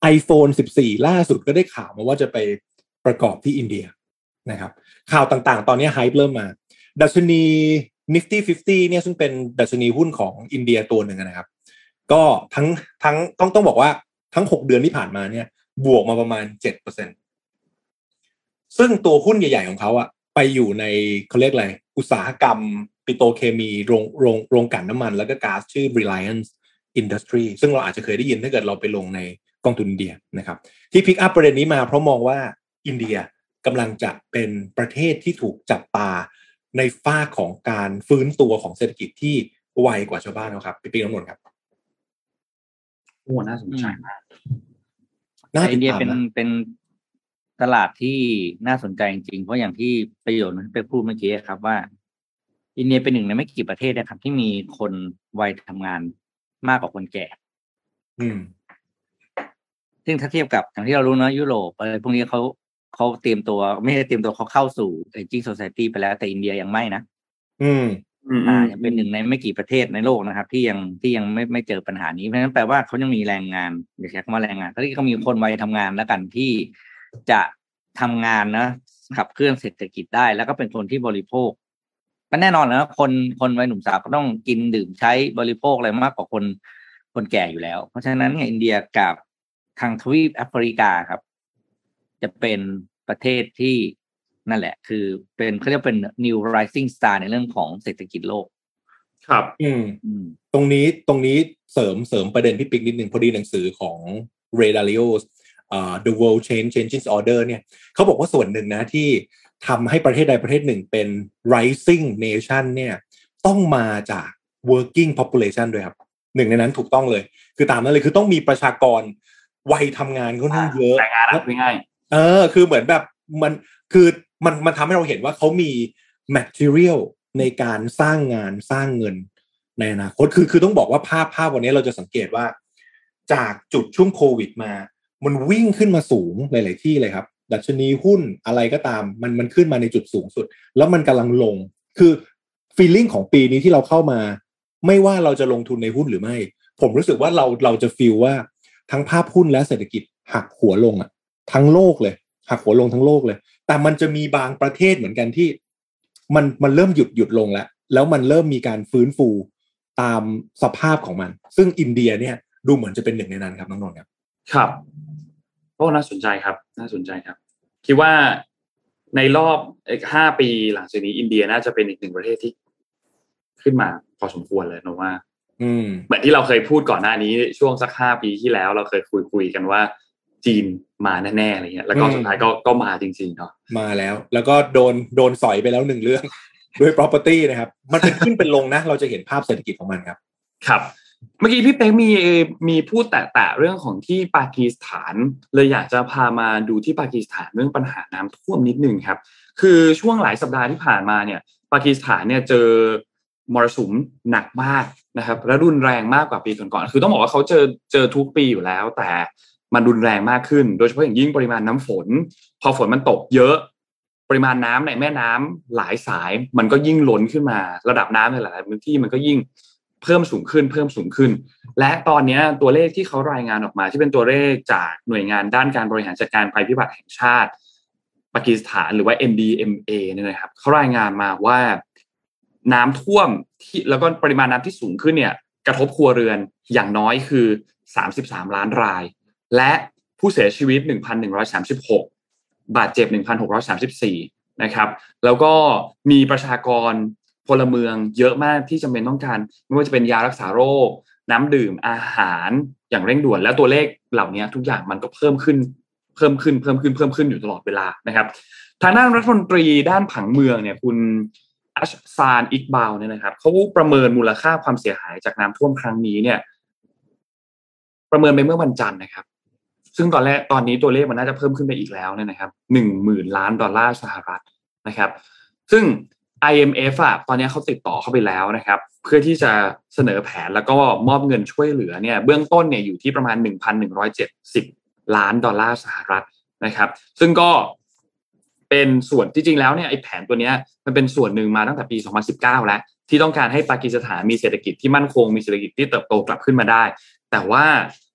iPhone สิบสี่ล่าสุดก็ได้ข่าวมาว่าจะไปประกอบที่อินเดียนะครับข่าวต่างๆตอนนี้ไฮป์เริ่มมาดัชนี Nifty ห้าสิบเนี่ยซึ่งเป็นดัชนีหุ้นของอินเดียตัวหนึ่งนะครับก็ทั้งทั้งต้องต้องบอกว่าทั้งหกเดือนที่ผ่านมาเนี่ยบวกมาประมาณ เจ็ดเปอร์เซ็นต์ ซึ่งตัวหุ้นใหญ่ๆของเขาอะไปอยู่ในเขาเรียกอะไรอุตสาหกรรมปิโตรเคมีโรงโรงโรงกลั่นน้ำมันแล้วก็ก๊าซชื่อ Reliance Industry ซึ่งเราอาจจะเคยได้ยินถ้าเกิดเราไปลงในกองทุนอินเดียนะครับที่พิกอัพประเด็นนี้มาเพราะมองว่าอินเดียกำลังจะเป็นประเทศที่ถูกจับตาในฝ้าของการฟื้นตัวของเศรษฐกิจที่ไวกว่าชาวบ้านนะครับพี่ปิ๊กน้ำนนท์ครับโอ้น่าสนใจมากอินเดียเป็นเป็นตลาดที่น่าสนใจจริงๆเพราะอย่างที่ประโยชน์ที่ไปพูดเมื่อกี้ครับว่าอินเดียเป็นหนึ่งในไม่กี่ประเทศนะครับที่มีคนวัยทำงานมากกว่าคนแก่อืมซึ่งถ้าเทียบกับอย่างที่เรารู้นะยุโรปอะไรพวกนี้เขาเขาเตรียมตัวไม่ได้เตรียมตัวเขาเข้าสู่ Aging Society ไปแล้วแต่อินเดียยังไม่นะอืมอ่ายังเป็นหนึ่งในไม่กี่ประเทศในโลกนะครับที่ยังที่ยังไม่ไม่เจอปัญหานี้เพราะฉะนั้นแปลว่าเขายังมีแรงงานอยากใช้คำว่าแรงงานเขาที่เขามีคนวัยทำงานแล้วกันที่จะทำงานนะขับเคลื่อนเศรษฐกิจได้แล้วก็เป็นคนที่บริโภคมันแน่นอนนะคนคนวัยหนุ่มสาวก็ต้องกินดื่มใช้บริโภคอะไรมากกว่าคนคนแก่อยู่แล้วเพราะฉะนั้นเนี่ยอินเดียกับทางทวีปแอฟริกาครับจะเป็นประเทศที่นั่นแหละคือเป็นเขาเรียกเป็น new rising star ในเรื่องของเศรษฐกิจโลกครับอืมตรงนี้ตรงนี้เสริมเสริมประเด็นพี่ปิ๊กนิดนึงพอดีหนังสือของ Ray Dalio อ่า The World Change Changes Order เนี่ยเขาบอกว่าส่วนหนึ่งนะที่ทำให้ประเทศใดประเทศหนึ่งเป็น rising nation เนี่ยต้องมาจาก working population ด้วยครับหนึ่งในนั้นถูกต้องเลยคือตามนั้นเลยคือต้องมีประชากรวัยทำงานค่อนข้างเยอะแต่งงานรับง่ายเออคือเหมือนแบบมันคือมันมันทำให้เราเห็นว่าเขามี material ในการสร้างงานสร้างเงินในอนาคตคือคือต้องบอกว่าภาพภาพวันนี้เราจะสังเกตว่าจากจุดช่วงโควิดมามันวิ่งขึ้นมาสูงหลายๆที่เลยครับดัชนีหุ้นอะไรก็ตามมันมันขึ้นมาในจุดสูงสุดแล้วมันกำลังลงคือ feeling ของปีนี้ที่เราเข้ามาไม่ว่าเราจะลงทุนในหุ้นหรือไม่ผมรู้สึกว่าเราเราจะ feel ว่าทั้งภาพหุ้นและเศรษฐกิจหักหัวลงอ่ะทั้งโลกเลยหักหัวลงทั้งโลกเลยแต่มันจะมีบางประเทศเหมือนกันที่มันมันเริ่มหยุดหยุดลงแล้วแล้วมันเริ่มมีการฟื้นฟูตามสภาพของมันซึ่งอินเดียเนี่ยดูเหมือนจะเป็นหนึ่งในนั้นครับน้องนนท์ครับครับโอ้น่าสนใจครับน่าสนใจครับคิดว่าในรอบห้าปีหลังจากนี้อินเดียน่าจะเป็นอีกหนึ่งประเทศที่ขึ้นมาพอสมควรเลยนะว่าเหมือนที่เราเคยพูดก่อนหน้านี้ช่วงสักห้าปีที่แล้วเราเคยคุยคุยกันว่าจีนมาแน่ๆอะไรเงี้ยแล้วก็สุดท้ายก็ก็มาจริงๆเนาะมาแล้วแล้วก็โดนโดนสอยไปแล้วหนึ่งเรื่องด้วย property นะครับมันเป็นขึ้นเป็นลงนะเราจะเห็นภาพเศรษฐกิจของมันครับครับเมื่อกี้พี่เป๊กมีมีพูดแตะๆเรื่องของที่ปากีสถานเลยอยากจะพามาดูที่ปากีสถานเรื่องปัญหาน้ำท่วมนิดนึงครับคือช่วงหลายสัปดาห์ที่ผ่านมาเนี่ยปากีสถานเนี่ยเจอมรสุมหนักมากนะครับและรุนแรงมากกว่าปีก่อนๆคือต้องบอกว่าเขาเจอเจอทุกปีอยู่แล้วแต่มันรุนแรงมากขึ้นโดยเฉพาะอย่างยิ่งปริมาณน้ำฝนพอฝนมันตกเยอะปริมาณน้ำในแม่น้ำหลายสายมันก็ยิ่งล้นขึ้นมาระดับน้ำในหลายพื้นที่มันก็ยิ่งเพิ่มสูงขึ้นเพิ่มสูงขึ้นและตอนนี้ตัวเลขที่เขารายงานออกมาที่เป็นตัวเลขจากหน่วยงานด้านการบริหารจัดการภัยพิบัติแห่งชาติปากีสถานหรือว่า เอ็น ดี เอ็ม เอ เนี่ยนะครับเขารายงานมาว่าน้ำท่วมที่แล้วก็ปริมาณน้ำที่สูงขึ้นเนี่ยกระทบครัวเรือนอย่างน้อยคือสามสิบสามล้านรายและผู้เสียชีวิต หนึ่งพันหนึ่งร้อยสามสิบหก บาดเจ็บ หนึ่งพันหกร้อยสามสิบสี่ นะครับแล้วก็มีประชากรพลเมืองเยอะมากที่จำเป็นต้องการไม่ว่าจะเป็นยารักษาโรคน้ำดื่มอาหารอย่างเร่งด่วนแล้วตัวเลขเหล่านี้ทุกอย่างมันก็เพิ่มขึ้นเพิ่มขึ้นเพิ่มขึ้นเพิ่มขึ้นอยู่ตลอดเวลานะครับทางด้านรัฐมนตรีด้านผังเมืองเนี่ยคุณอัชซานอิกบาลเนี่ยนะครับเขาประเมินมูลค่าความเสียหายจากน้ำท่วมครั้งนี้เนี่ยประเมินไปเมื่อวันจันทร์นะครับซึ่งตอนแรกตอนนี้ตัวเลขมันน่าจะเพิ่มขึ้นไปอีกแล้วเนี่ยนะครับ หนึ่งหมื่น ล้านดอลลาร์สหรัฐนะครับซึ่ง ไอ เอ็ม เอฟ อ่ะตอนนี้เขาติดต่อเข้าไปแล้วนะครับเพื่อที่จะเสนอแผนแล้วก็มอบเงินช่วยเหลือเนี่ยเบื้องต้นเนี่ยอยู่ที่ประมาณ หนึ่งพันหนึ่งร้อยเจ็ดสิบ ล้านดอลลาร์สหรัฐนะครับซึ่งก็เป็นส่วนที่จริงแล้วเนี่ยไอ้แผนตัวเนี้ยมันเป็นส่วนหนึ่งมาตั้งแต่ปีสองพันสิบเก้าแล้วที่ต้องการให้ปากีสถานมีเศรษฐกิจที่มั่นคงมีเศรษฐกิจที่เติบโตกลับขึ้นมาได้แต่ว่า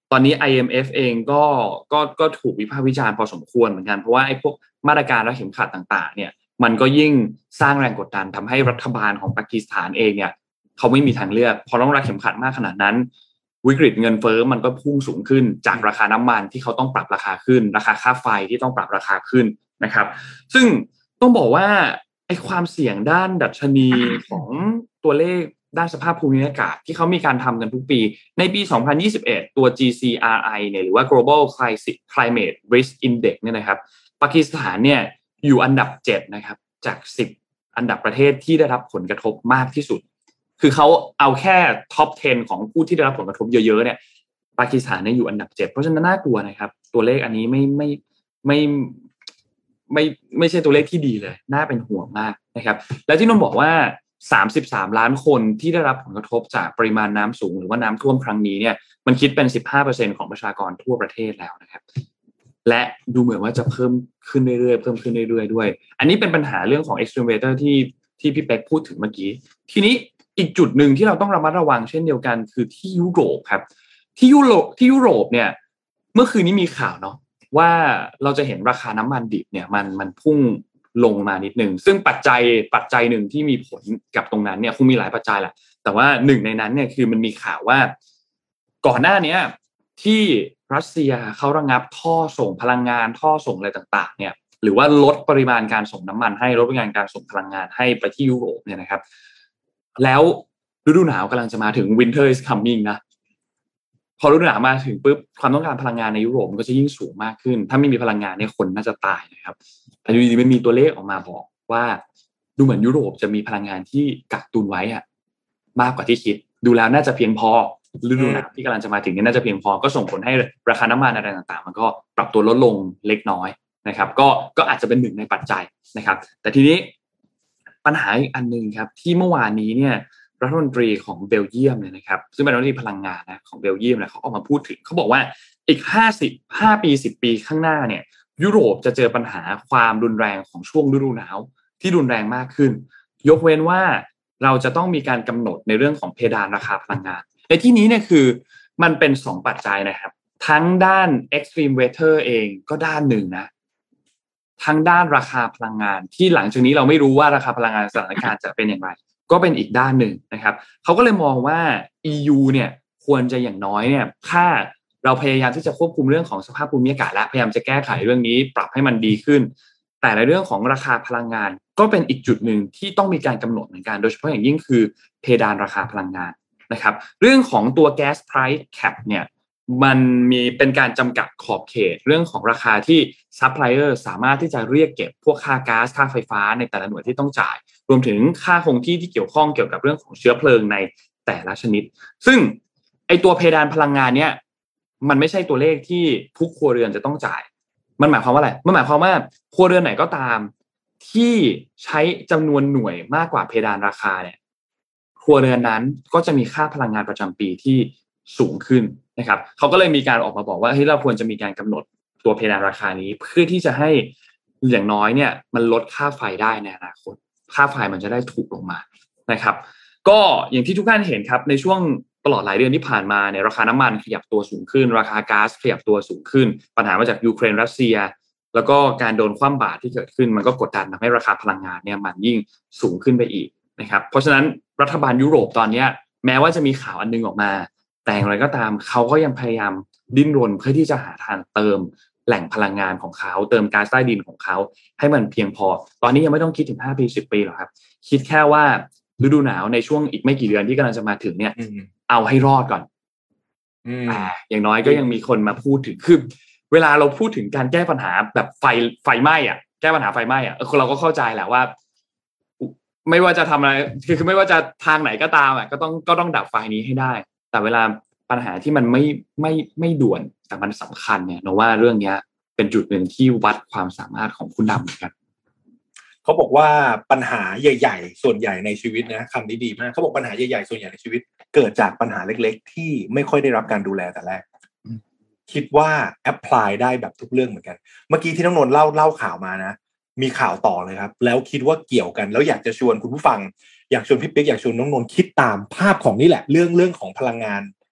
ตอนนี้ ไอ เอ็ม เอฟ เองก็ก็ก็ถูกวิพากษ์วิจารณ์พอสมควรเหมือนกันเพราะว่าไอ้พวกมาตรการรัดเข็มขัดต่างๆเนี่ยมันก็ยิ่งสร้างแรงกดดันทำให้รัฐบาลของปากีสถานเองเนี่ยเขาไม่มีทางเลือกพอต้องรัดเข็มขัดมากขนาดนั้นวิกฤตเงินเฟ้อมันก็พุ่งสูงขึ้นจากราคาน้ำมันที่เขาต้องปรับราคาขึ้นราคาค่าไฟที่ต้องปรับราคาขึ้นนะครับซึ่งต้องบอกว่าไอ้ความเสี่ยงด้านดัชนีของตัวเลขด้านสภาพภูมิอากาศที่เขามีการทำกันทุกปีในปีสองพันยี่สิบเอ็ดตัว จี ซี อาร์ ไอ เนี่ยหรือว่า Global Climate Risk Index เนี่ยนะครับปากีสถานเนี่ยอยู่อันดับเจ็ดนะครับจากสิบอันดับประเทศที่ได้รับผลกระทบมากที่สุดคือเขาเอาแค่ท็อปสิบของผู้ที่ได้รับผลกระทบเยอะๆเนี่ยปากีสถานเนี่ยอยู่อันดับเจ็ดเพราะฉะนั้นน่ากลัวนะครับตัวเลขอันนี้ไม่ไม่ไม่ไม่ไม่ใช่ตัวเลขที่ดีเลยน่าเป็นห่วงมากนะครับและที่นนท์บอกว่าสามสิบสามล้านคนที่ได้รับผลกระทบจากปริมาณน้ำสูงหรือว่าน้ำท่วมครั้งนี้เนี่ยมันคิดเป็น สิบห้าเปอร์เซ็นต์ ของประชากรทั่วประเทศแล้วนะครับและดูเหมือนว่าจะเพิ่มขึ้นเรื่อยๆเพิ่มขึ้นเรื่อยๆด้วยอันนี้เป็นปัญหาเรื่องของ extreme weather ที่ที่พี่เป๊กพูดถึงเมื่อกี้ทีนี้อีกจุดหนึ่งที่เราต้องระมัดระวังเช่นเดียวกันคือที่ยุโรปครับที่ยุโรปที่ยุโรปเนี่ยเมื่อคืนนี้มีข่าวเนาะว่าเราจะเห็นราคาน้ำมันดิบเนี่ยมันมันพุ่งลงมานิดนึงซึ่งปัจจัยปัจจัยหนึ่งที่มีผลกับตรงนั้นเนี่ยคงมีหลายปัจจัยแหละแต่ว่าหนึ่งในนั้นเนี่ยคือมันมีข่าวว่าก่อนหน้านี้ที่รัสเซียเขาระงับท่อส่งพลังงานท่อส่งอะไรต่างๆเนี่ยหรือว่าลดปริมาณการส่งน้ำมันให้ลดปริมาณการส่งพลังงานให้ไปที่ยุโรปเนี่ยนะครับแล้วฤดูหนาวกำลังจะมาถึง Winter is coming นะพอฤดูหนาวมาถึงปุ๊บความต้องการพลังงานในยุโรปก็จะยิ่งสูงมากขึ้นถ้าไม่มีพลังงานเนี่ยคนน่าจะตายนะครับแต่อยู่ดีๆมันมีตัวเลขออกมาบอกว่าดูเหมือนยุโรปจะมีพลังงานที่กักตุนไว้อะมากกว่าที่คิดดูแล้วน่าจะเพียงพอฤดูหนาวที่กำลังจะมาถึงเนี่ยน่าจะเพียงพอก็ส่งผลให้ราคาน้ำมันอะไรต่างๆมันก็ปรับตัวลดลงเล็กน้อยนะครับก็ก็อาจจะเป็นหนึ่งในปัจจัยนะครับแต่ทีนี้ปัญหาอีกอันนึงครับที่เมื่อวานนี้เนี่ยรัฐมนตรีของเบลเยียมเนี่ยนะครับซึ่งเป็นรัฐมนตรีพลังงานนะของเบลเยียมเนี่ยเขาออกมาพูดถึงเขาบอกว่าอีกห้าสิบ ห้าปีสิบปีข้างหน้าเนี่ยยุโรปจะเจอปัญหาความรุนแรงของช่วงฤดูหนาวที่รุนแรงมากขึ้นยกเว้นว่าเราจะต้องมีการกำหนดในเรื่องของเพดานราคาพลังงานในที่นี้เนี่ยคือมันเป็นสองปัจจัยนะครับทั้งด้าน extreme weather เองก็ด้านหนึ่งนะทั้งด้านราคาพลังงานที่หลังจากนี้เราไม่รู้ว่าราคาพลังงานสถานการณ์จะเป็นอย่างไรก็เป็นอีกด้านหนึ่งนะครับเขาก็เลยมองว่า อี ยู เนี่ยควรจะอย่างน้อยเนี่ยถ้าเราพยายามที่จะควบคุมเรื่องของสภาพภูมิอากาศและพยายามจะแก้ไขเรื่องนี้ปรับให้มันดีขึ้นแต่ในเรื่องของราคาพลังงานก็เป็นอีกจุดหนึ่งที่ต้องมีการกำหนดเหมือนกันโดยเฉพาะอย่างยิ่งคือเพดานราคาพลังงานนะครับเรื่องของตัว gas price cap เนี่ยมันมีเป็นการจำกัดขอบเขตเรื่องของราคาที่ซัพพลายเออร์สามารถที่จะเรียกเก็บพวกค่าก๊าซค่าไฟฟ้าในแต่ละหน่วยที่ต้องจ่ายรวมถึงค่าคงที่ที่เกี่ยวข้องเกี่ยวกับเรื่องของเชื้อเพลิงในแต่ละชนิดซึ่งไอตัวเพดานพลังงานเนี่ยมันไม่ใช่ตัวเลขที่ทุกครัวเรือนจะต้องจ่ายมันหมายความว่าอะไรมันหมายความว่าครัวเรือนไหนก็ตามที่ใช้จำนวนหน่วยมากกว่าเพดานราคาเนี่ยครัวเรือนนั้นก็จะมีค่าพลังงานประจำปีที่สูงขึ้นนะครับเขาก็เลยมีการออกมาบอกว่าเฮ้ยเราควรจะมีการกำหนดตัวเพดานราคานี้เพื่อที่จะให้อย่างน้อยเนี่ยมันลดค่าไฟได้ในอนาคตค่าไฟมันจะได้ถูกลงมานะครับก็อย่างที่ทุกท่านเห็นครับในช่วงตลอดหลายเดือนที่ผ่านมาเนี่ยราคาน้ำมันขยับตัวสูงขึ้นราคาก๊าซขยับตัวสูงขึ้นปัญหามาจากยูเครนรัสเซียแล้วก็การโดนคว่ำบาตรที่เกิดขึ้นมันก็กดดันทำให้ราคาพลังงานเนี่ยมันยิ่งสูงขึ้นไปอีกนะครับเพราะฉะนั้นรัฐบาลยุโรปตอนนี้แม้ว่าจะมีข่าวอันนึงออกมาแต่อย่างไรก็ตามเขาก็ยังพยายามดิ้นรนเพื่อที่จะหาทางเติมแหล่งพลังงานของเขาเติมก๊าซใต้ดินของเขาให้มันเพียงพอตอนนี้ยังไม่ต้องคิดถึงห้าปีสิบปีหรอกครับคิดแค่ว่าฤดูหนาวในช่วงอีกไม่กี่เดือนที่กำลังจะมาถึงเนี่ยเอาให้รอดก่อนแต่อย่างน้อยก็ยังมีคนมาพูดถึงคือเวลาเราพูดถึงการแก้ปัญหาแบบไฟไฟไหม้อ่ะแก้ปัญหาไฟไหม้อ่ะเราก็เข้าใจแหละว่าไม่ว่าจะทำอะไรคือคือไม่ว่าจะทางไหนก็ตามอ่ะก็ต้องก็ต้องดับไฟนี้ให้ได้แต่เวลาปัญหาที่มันไม่ไม่ไม่ด่วนแต่มันสำคัญเนี่ยนะว่าเรื่องนี้เป็นจุดหนึ่งที่วัดความสามารถของผู้นำเหมือนกันเขาบอกว่าปัญหาใหญ่ๆส่วนใหญ่ในชีวิตนะคำนี้ดีมากเขาบอกปัญหาใหญ่ๆส่วนใหญ่ในชีวิตเกิดจากปัญหาเล็กๆที่ไม่ค่อยได้รับการดูแลแต่แรกคิดว่าแอพพลายได้แบบทุกเรื่องเหมือนกันเมื่อกี้ที่น้องนนท์เล่าเล่าข่าวมานะมีข่าวต่อเลยครับแล้วคิดว่าเกี่ยวกันแล้วอยากจะชวนคุณผู้ฟังอยากชวนพี่ปิ๊กอยากชวนน้องนนท์คิดตามภาพของนี่แหละเรื่องเรื่องของพลังงาน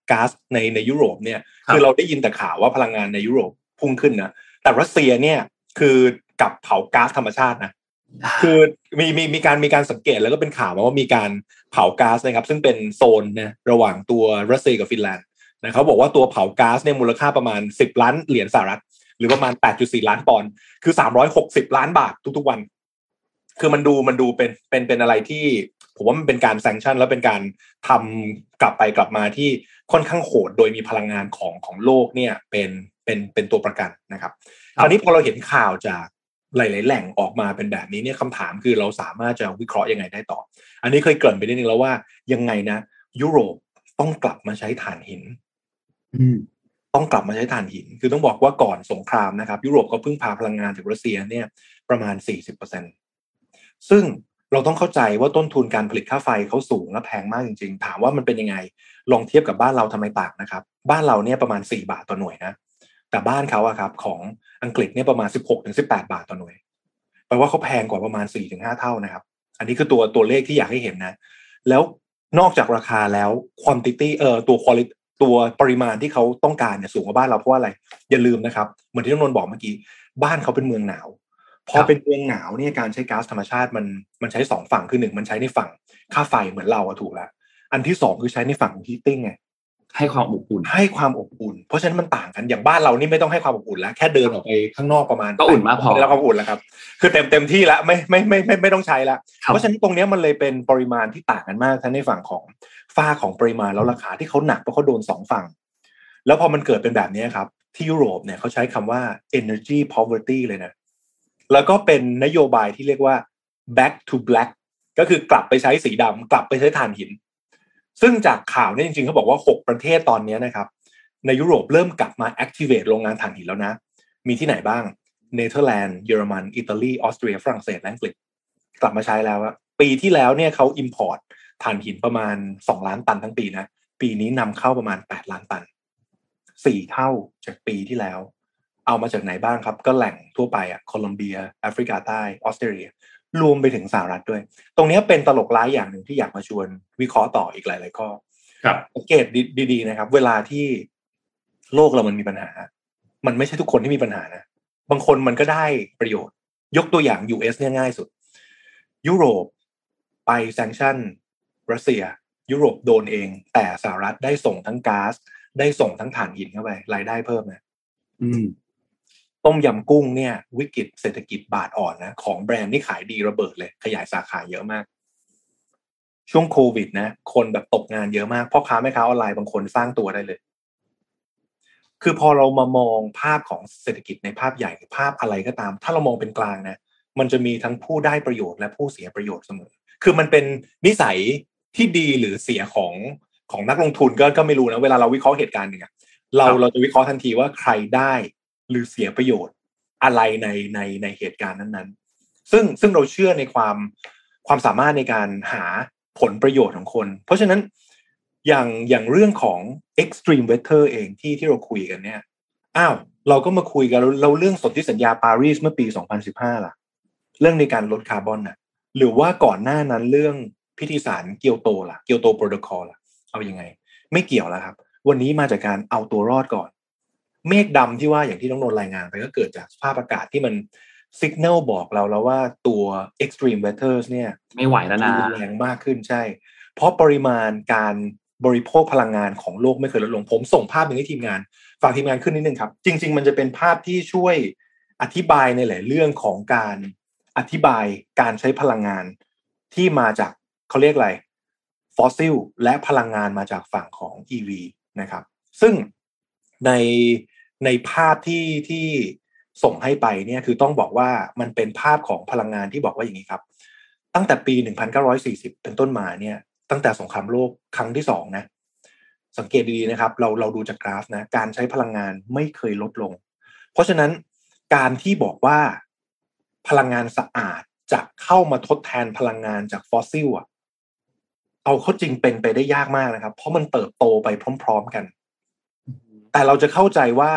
ก๊าซในในยุโรปเนี่ยคือเราได้ยินแต่ข่าวว่าพลังงานในยุโรปพุ่งขึ้นนะแต่รัสเซียเนี่ยคือกับเผาก๊าซธรรมชาตินะคือมีมีมีการมีการสังเกตแล้วก็เป็นข่าวมาว่ามีการเผาก๊าซนะครับซึ่งเป็นโซนนะระหว่างตัวรัสเซียกับฟินแลนด์นะเขาบอกว่าตัวเผาก๊าซเนี่ยมูลค่าประมาณสิบล้านเหรียญสหรัฐหรือประมาณ แปดจุดสี่ ล้านปอนด์คือสามร้อยหกสิบล้านบาททุกๆวันคือมันดูมันดูเป็นเป็นเป็นอะไรที่ผมว่ามันเป็นการแซงชั่นแล้วเป็นการทำกลับไปกลับมาที่ค่อนข้างโหดโดยมีพลังงานของของโลกเนี่ยเป็นเป็นเป็นตัวประกันนะครับคราวนี้พอเราเห็นข่าวจากหลายๆแหล่งออกมาเป็นแบบนี้เนี่ยคำถามคือเราสามารถจะวิเคราะห์ยังไงได้ต่ออันนี้เคยเกริ่นไปนิดนึงแล้วว่ายังไงนะยุโรปต้องกลับมาใช้ถ่านหินต้องกลับมาใช้ถ่านหินคือต้องบอกว่าก่อนสงครามนะครับยุโรปก็พึ่งพาพลังงานจากรัสเซียเนี่ยประมาณ สี่สิบเปอร์เซ็นต์ ซึ่งเราต้องเข้าใจว่าต้นทุนการผลิตค่าไฟเขาสูงและแพงมากจริงๆถามว่ามันเป็นยังไงลองเทียบกับบ้านเราทำไมต่างนะครับบ้านเราเนี่ยประมาณสี่บาทต่อหน่วยนะแต่บ้านเขาอะครับของอังกฤษเนี่ยประมาณ สิบหกถึงสิบแปด บาทต่อหน่วยแปลว่าเขาแพงกว่าประมาณ สี่ถึงห้า เท่านะครับอันนี้คือตัวตัวเลขที่อยากให้เห็นนะแล้วนอกจากราคาแล้ว quantity เอ่อตัว quality ตัวปริมาณที่เขาต้องการเนี่ยสูงกว่าบ้านเราเพราะว่าอะไรอย่าลืมนะครับเหมือนที่น้องนนท์บอกเมื่อกี้บ้านเขาเป็นเมืองหนาวพอเป็นเมืองหนาวเนี่ยการใช้ก๊าซธรรมชาติมันมันใช้สองฝั่งคือหนึ่งมันใช้ในฝั่งค่าไฟเหมือนเราอะถูกแล้วอันที่สองคือใช้ในฝั่ง heating ไงให้ความอบอุ่นให้ความอบอุ่นเพราะฉะนั้นมันต่างกันอย่างบ้านเรานี่ไม่ต้องให้ความอบอุ่นแล้วแค่เดินออกไปข้างนอกประมาณก็อุ่นมากพอแล้วความอุ่นแล้วครับคือเต็มเต็มที่แล้วไม่ไม่ไม่ไม่ไม่ต้องใช้แล้วเพราะฉะนั้นตรงนี้มันเลยเป็นปริมาณที่ต่างกันมากทั้งในฝั่งของฝ้าของปริมาณแล้วราคาที่เขาหนักเพราะเขาโดนสองฝั่งแล้วพอมันเกิดเป็นแบบนี้ครับที่ยุโรปเนี่ยเขาใช้คำว่า energy poverty เลยนะแล้วก็เป็นนโยบายที่เรียกว่า back to black ก็คือกลับไปใช้สีดำกลับไปใช้ถ่านหินซึ่งจากข่าวเนี่ยจริงๆเขาบอกว่าหกประเทศตอนนี้นะครับในยุโรปเริ่มกลับมา activate โรงงานถ่านหินแล้วนะมีที่ไหนบ้างเนเธอร์แลนด์เยอรมันอิตาลีออสเตรียฝรั่งเศสและอังกฤษกลับมาใช้แล้วอะปีที่แล้วเนี่ยเขา import ถ่านหินประมาณสองล้านตันทั้งปีนะปีนี้นำเข้าประมาณแปดล้านตันสี่เท่าจากปีที่แล้วเอามาจากไหนบ้างครับก็แหล่งทั่วไปอ่ะโคลอมเบียแอฟริกาใต้ออสเตรเลียรวมไปถึงสหรัฐด้วยตรงนี้เป็นตลกร้ายอย่างหนึ่งที่อยากมาชวนวิเคราะห์ต่ออีกหลายๆข้อครับสังเกตดีๆนะครับเวลาที่โลกเรามันมีปัญหามันไม่ใช่ทุกคนที่มีปัญหานะบางคนมันก็ได้ประโยชน์ยกตัวอย่าง ยู เอส เนี่ยง่ายสุดยุโรปไปแซงชั่นรัสเซียยุโรปโดนเองแต่สหรัฐได้ส่งทั้งก๊าซได้ส่งทั้งถ่านหินเข้าไปรายได้เพิ่มนะอืมต้มยำกุ้งเนี่ยวิกฤตเศรษฐกิจบาทอ่อนนะของแบรนด์ที่ขายดีระเบิดเลยขยายสาขาเยอะมากช่วงโควิดนะคนแบบตกงานเยอะมากพ่อค้าแม่ค้าออนไลน์บางคนสร้างตัวได้เลยคือพอเรามามองภาพของเศรษฐกิจในภาพใหญ่ภาพอะไรก็ตามถ้าเรามองเป็นกลางนะมันจะมีทั้งผู้ได้ประโยชน์และผู้เสียประโยชน์เสมอคือมันเป็นนิสัยที่ดีหรือเสียของของนักลงทุนก็ก็ไม่รู้นะเวลาเราวิเคราะห์เหตุการณ์หนึ่งเราเราจะวิเคราะห์ทันทีว่าใครได้หรือเสียประโยชน์อะไรในในในเหตุการณ์นั้นๆซึ่งซึ่งเราเชื่อในความความสามารถในการหาผลประโยชน์ของคนเพราะฉะนั้นอย่างอย่างเรื่องของ extreme weather เองที่ที่เราคุยกันเนี่ยอ้าวเราก็มาคุยกันเราเรื่องสนธิสัญญาปารีสเมื่อปีสองพันสิบห้าล่ะเรื่องในการลดคาร์บอนน่ะหรือว่าก่อนหน้านั้นเรื่องพิธีสารเกียวโตล่ะเกียวโตโปรโตคอลล่ะเอายังไงไม่เกี่ยวแล้วครับวันนี้มาจากการเอาตัวรอดก่อนเมฆดำที่ว่าอย่างที่น้องนนท์รายงานไปก็เกิดจากสภาพอากาศที่มันสัญญาณบอกเราแล้วว่าตัว extreme weather เนี่ยไม่ไหวแล้วนะแรงมากขึ้นใช่เพราะปริมาณการบริโภคพลังงานของโลกไม่เคยลดลงผมส่งภาพหนึ่งให้ทีมงานฝากทีมงานขึ้นนิดนึงครับจริงๆมันจะเป็นภาพที่ช่วยอธิบายในหลายเรื่องของการอธิบายการใช้พลังงานที่มาจากเขาเรียกอะไรฟอสซิลและพลังงานมาจากฝั่งของ อี วี นะครับซึ่งในในภาพที่ที่ส่งให้ไปเนี่ยคือต้องบอกว่ามันเป็นภาพของพลังงานที่บอกว่าอย่างนี้ครับตั้งแต่ปีหนึ่งพันเก้าร้อยสี่สิบเป็นต้นมาเนี่ยตั้งแต่สงครามโลกครั้งที่สองนะสังเกตดีๆนะครับเราเราดูจากกราฟนะการใช้พลังงานไม่เคยลดลงเพราะฉะนั้นการที่บอกว่าพลังงานสะอาดจะเข้ามาทดแทนพลังงานจากฟอสซิลอ่ะเอาเข้าจริงเป็นไปได้ยากมากนะครับเพราะมันเติบโตไปพร้อมๆกันแต่เราจะเข้าใจว่า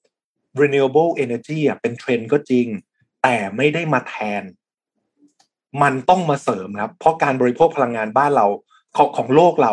renewable energy อ่ะเป็นเทรนด์ก็จริงแต่ไม่ได้มาแทนมันต้องมาเสริมครับเพราะการบริโภคพลังงานบ้านเราของของโลกเรา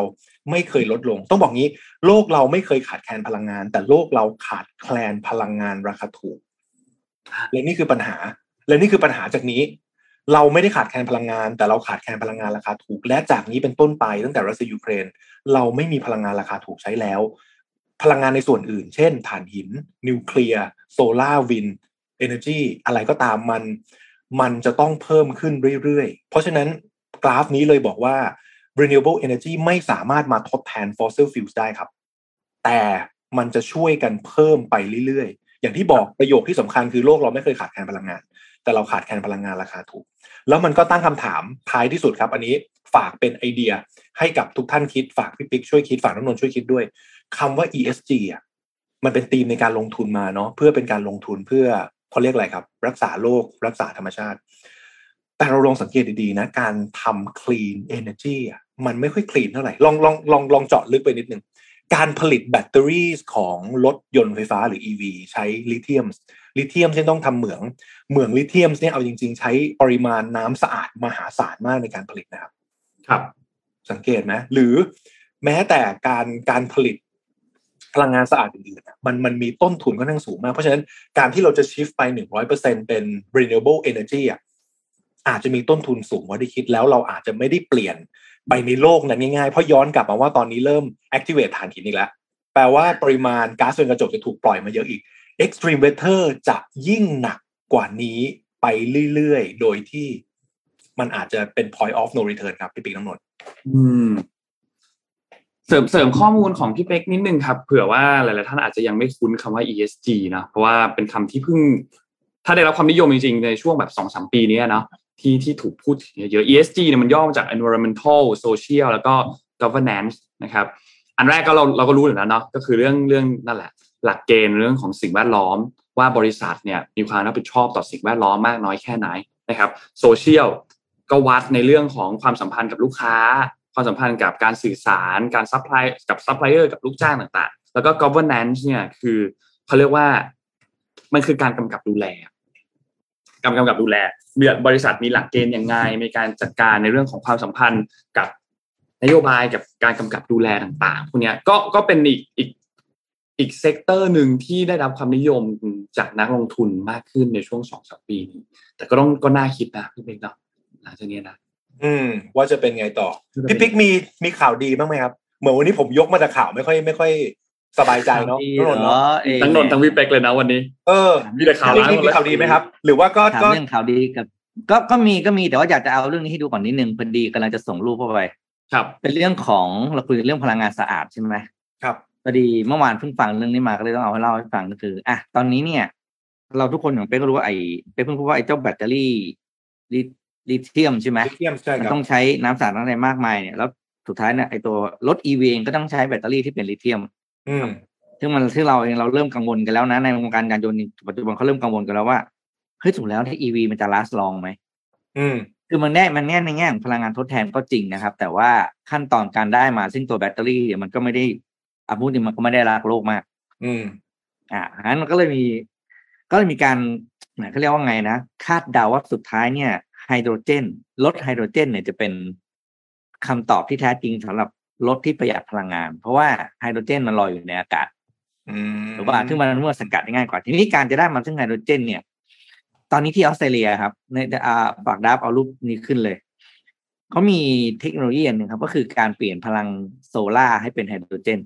ไม่เคยลดลงต้องบอกงี้โลกเราไม่เคยขาดแคลนพลังงานแต่โลกเราขาดแคลนพลังงานราคาถูกและนี่คือปัญหาและนี่คือปัญหาจากนี้เราไม่ได้ขาดแคลนพลังงานแต่เราขาดแคลนพลังงานราคาถูกและจากนี้เป็นต้นไปตั้งแต่รัสเซียยูเครนเราไม่มีพลังงานราคาถูกใช้แล้วพลังงานในส่วนอื่นเช่นถ่านหินนิวเคลียร์โซล่าร์วินด์เอเนอร์จีอะไรก็ตามมันมันจะต้องเพิ่มขึ้นเรื่อยๆเพราะฉะนั้นกราฟนี้เลยบอกว่า renewable energy ไม่สามารถมาทดแทน fossil fuels ได้ครับแต่มันจะช่วยกันเพิ่มไปเรื่อยๆอย่างที่บอกประโยคที่สำคัญคือโลกเราไม่เคยขาดแคลนพลังงานแต่เราขาดแคลนพลังงานราคาถูกแล้วมันก็ตั้งคำถามท้ายที่สุดครับอันนี้ฝากเป็นไอเดียให้กับทุกท่านคิดฝากพี่ปิ๊กช่วยคิดฝากน้องนนท์ช่วยคิดด้วยคำว่า อี เอส จี อ่ะมันเป็นธีมในการลงทุนมาเนาะเพื่อเป็นการลงทุนเพื่อเขาเรียกอะไรครับรักษาโลกรักษาธรรมชาติแต่เราลองสังเกตดีๆนะการทำ clean energy อ่ะมันไม่ค่อย clean เท่าไหร่ลองลองลองลองเจาะลึกไปนิดนึงการผลิตแบตเตอรี่ของรถยนต์ไฟฟ้าหรือ อี วี ใช้ลิเธียมลิเธียมเช่นต้องทำเหมืองเหมืองลิเธียมเนี่ยเอาจริงๆใช้ปริมาณน้ำสะอาดมหาศาลมากในการผลิตนะครับครับสังเกตไหมหรือแม้แต่การการผลิตพลังงานสะอาดอื่นๆมันมันมีต้นทุนค่อนข้างสูงมากเพราะฉะนั้นการที่เราจะ shift ไป หนึ่งร้อยเปอร์เซ็นต์ เป็น renewable energy อ่ะอาจจะมีต้นทุนสูงกว่าที่คิดแล้วเราอาจจะไม่ได้เปลี่ยนไปในโลกนั้นง่ายๆเพราะย้อนกลับมาว่าตอนนี้เริ่ม activate ถ่านหินอีกแล้วแปลว่าปริมาณก๊าซเรือนกระจกจะถูกปล่อยมาเยอะอีก extreme weather จะยิ่งหนักกว่านี้ไปเรื่อยๆโดยที่มันอาจจะเป็น point of no return ครับพี่ปิ๊กน้องนนท์อืมเสริมเสริมข้อมูลของพี่เป๊กนิดนึงครับเผื่อว่าหลายๆท่านอาจจะยังไม่คุ้นคำว่า อี เอส จี นะเพราะว่าเป็นคำที่เพิ่งถ้าได้รับความนิยมจริงๆในช่วงแบบ สองถึงสาม ปีนี้เนาะที่ที่ถูกพูดเยอะ อี เอส จี เนี่ยมันย่อมาจาก environmental social แล้วก็ governance นะครับอันแรกก็เราเราก็รู้อยู่แล้วเนาะก็คือเรื่องเรื่องนั่นแหละหลักเกณฑ์เรื่องของสิ่งแวดล้อมว่าบริษัทเนี่ยมีความรับผิดชอบต่อสิ่งแวดล้อมมากน้อยแค่ไหนนะครับ social ก็วัดในเรื่องของความสัมพันธ์กับลูกค้าความสัมพันธ์กับการสื่อสารการซัพพลายกับซัพพลายเออร์กับลูกจ้างต่างๆแล้วก็ governance เนี่ยคือเขาเรียกว่ามันคือการกำกับดูแลการกำกับดูแลบริษัทมีหลักเกณฑ์ยังไงมีการจัดการในเรื่องของความสัมพันธ์กับนโยบายกับการกำกับดูแลต่างๆพวกนี้ก็ก็เป็นอีกอีกอีกเซกเตอร์นึงที่ได้รับความนิยมจากนักลงทุนมากขึ้นในช่วง สองถึงสาม ปีนี้แต่ก็ต้องก็น่าคิดนะพี่เป๊กเนาะหลังจากนี้นะอืมว่าจะเป็นไงต่อพี่ปิ๊กมีมีข่าวดีบ้างไหมครับเหมือนวันนี้ผมยกมาแต่ข่าวไม่ค่อยไม่ค่อยสบายใจเนาะทั้งนนท์เนาะทั้งนนท์ทั้งพี่เป๊กเลยนะวันนี้เออมีแต่ข่าวร้ายหมดเลยมีข่าวดีไหมครับหรือว่าก็ก็เรื่องข่าวดีกับก็ก็มีก็มีแต่ว่าอยากจะเอาเรื่องนี้ให้ดูก่อนนิดนึงพอดีกำลังจะส่งรูปเข้าไปครับเป็นเรื่องของเราคุยเรื่องพลังงานสะอาดใช่ไหมครับพอดีเมื่อวานเพิ่งฟังเรื่องนี้มาก็เลยต้องเอาให้เล่าให้ฟังก็คืออ่ะตอนนี้เนี่ยเราทุกคนอย่างเป๊กก็รู้ว่าไอ้เป๊กเพิ่งพูดว่าไอ้เจ้าแบตเตอรี่ลิเธียมใช่ไหมลิเธียมใช่ครับต้องใช้น้ำสะอาดอะไรมากมายเนี่ยแล้วสุดท้ายเนี่ยไอ้ตัวรถ อี วี เองก็ต้องใช้แบตเตอรี่ที่เป็นลิเธียมอืมซึ่งมันซึ่งเราเองเราเริ่มกังวลกันแล้วนะในวงการยานยนต์ปัจจุบันเขาเริ่มกังวลกันแล้วว่าเฮ้ยถูกแล้วที่ อี วี มันจะ last long ไหมอืมคือมันแน่มันแน่ในแง่ของพลังงานทดแทนก็จริงนะครับแต่ว่าขั้นตอนการได้มาซึ่งตัวแบตเตอรี่เนี่ยมันก็ไม่ได้อ่ะพูดจริงมันก็ไม่ได้รักโลกมากอืมอ่างั้นมันก็เลยมีก็เลยมีการเขาเรียกว่าไงนะคาดเดาว่าสุดท้ายเนี่ยไฮโดรเจนรถไฮโดรเจนเนี่ยจะเป็นคำตอบที่แท้จริงสำหรับรถที่ประหยัดพลังงานเพราะว่าไฮโดรเจนมันลอยอยู่ในอากาศหรือว่าซึ่งมันเมื่อสกัดได้ง่ายกว่าทีนี้การจะได้มาซึ่งไฮโดรเจนเนี่ยตอนนี้ที่ออสเตรเลียครับในอ่าฝากดับเอารูปนี้ขึ้นเลยเขามีเทคโนโลยีอันนึงครับก็คือการเปลี่ยนพลังโซล่าให้เป็นไฮโดรเจน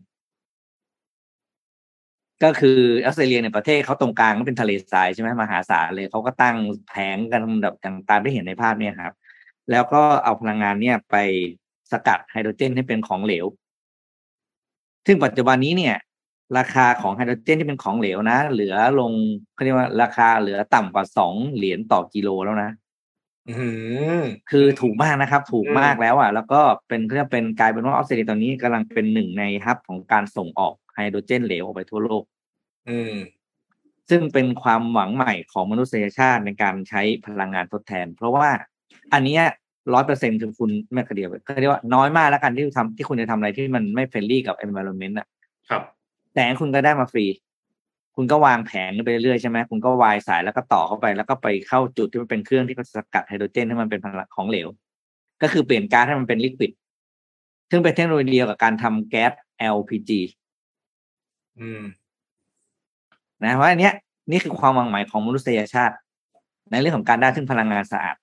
ก็คือออสเตรเลียในประเทศเขาตรงกลางก็เป็นทะเลทรายใช่ไหมมหาศาลเลยเขาก็ตั้งแผงกันแบบต่างๆที่เห็นในภาพเนี่ยครับแล้วก็เอาพลังงานเนี่ยไปสกัดไฮโดรเจนให้เป็นของเหลวซึ่งปัจจุบันนี้เนี่ยราคาของไฮโดรเจนที่เป็นของเหลวนะเหลือลงเขาเรียกว่าราคาเหลือต่ำกว่าสองเหรียญต่อกิโลแล้วนะอืมคือถูกมากนะครับถูกมากแล้วอ่ะแล้วก็เป็นเพื่อเป็นกลายเป็นว่าออสเตรเลียตอนนี้กำลังเป็นหนึ่งในฮับของการส่งออกไฮโดรเจนเหลวออกไปทั่วโลกอืมซึ่งเป็นความหวังใหม่ของมนุษยชาติในการใช้พลังงานทดแทนเพราะว่าอันนี้ร้อยเปอร์เซ็นต์คือคุณไม่กระเดียวก็เรียกว่าน้อยมากแล้วกันที่ทำที่คุณจะทำอะไรที่มันไม่เฟรนลี่กับ environment อ่ะครับแต่คุณก็ได้มาฟรีคุณก็วางแผนไปเรื่อยๆใช่ไหมคุณก็วายสายแล้วก็ต่อเข้าไปแล้วก็ไปเข้าจุดที่มันเป็นเครื่องที่เขาสกัดไฮโดรเจนให้มันเป็นพลังของเหลวก็คือเปลี่ยนก๊าซให้มันเป็นลิควิดซึ่งเป็นเทคโนโลยีเดียวกับการทำแก๊ส แอล พี จีอืมนะเพราะอันเนี้ยนี่คือความหวังใหม่ของมนุษยชาติในเรื่องของการได้ซึ่งพลังงานสะอาด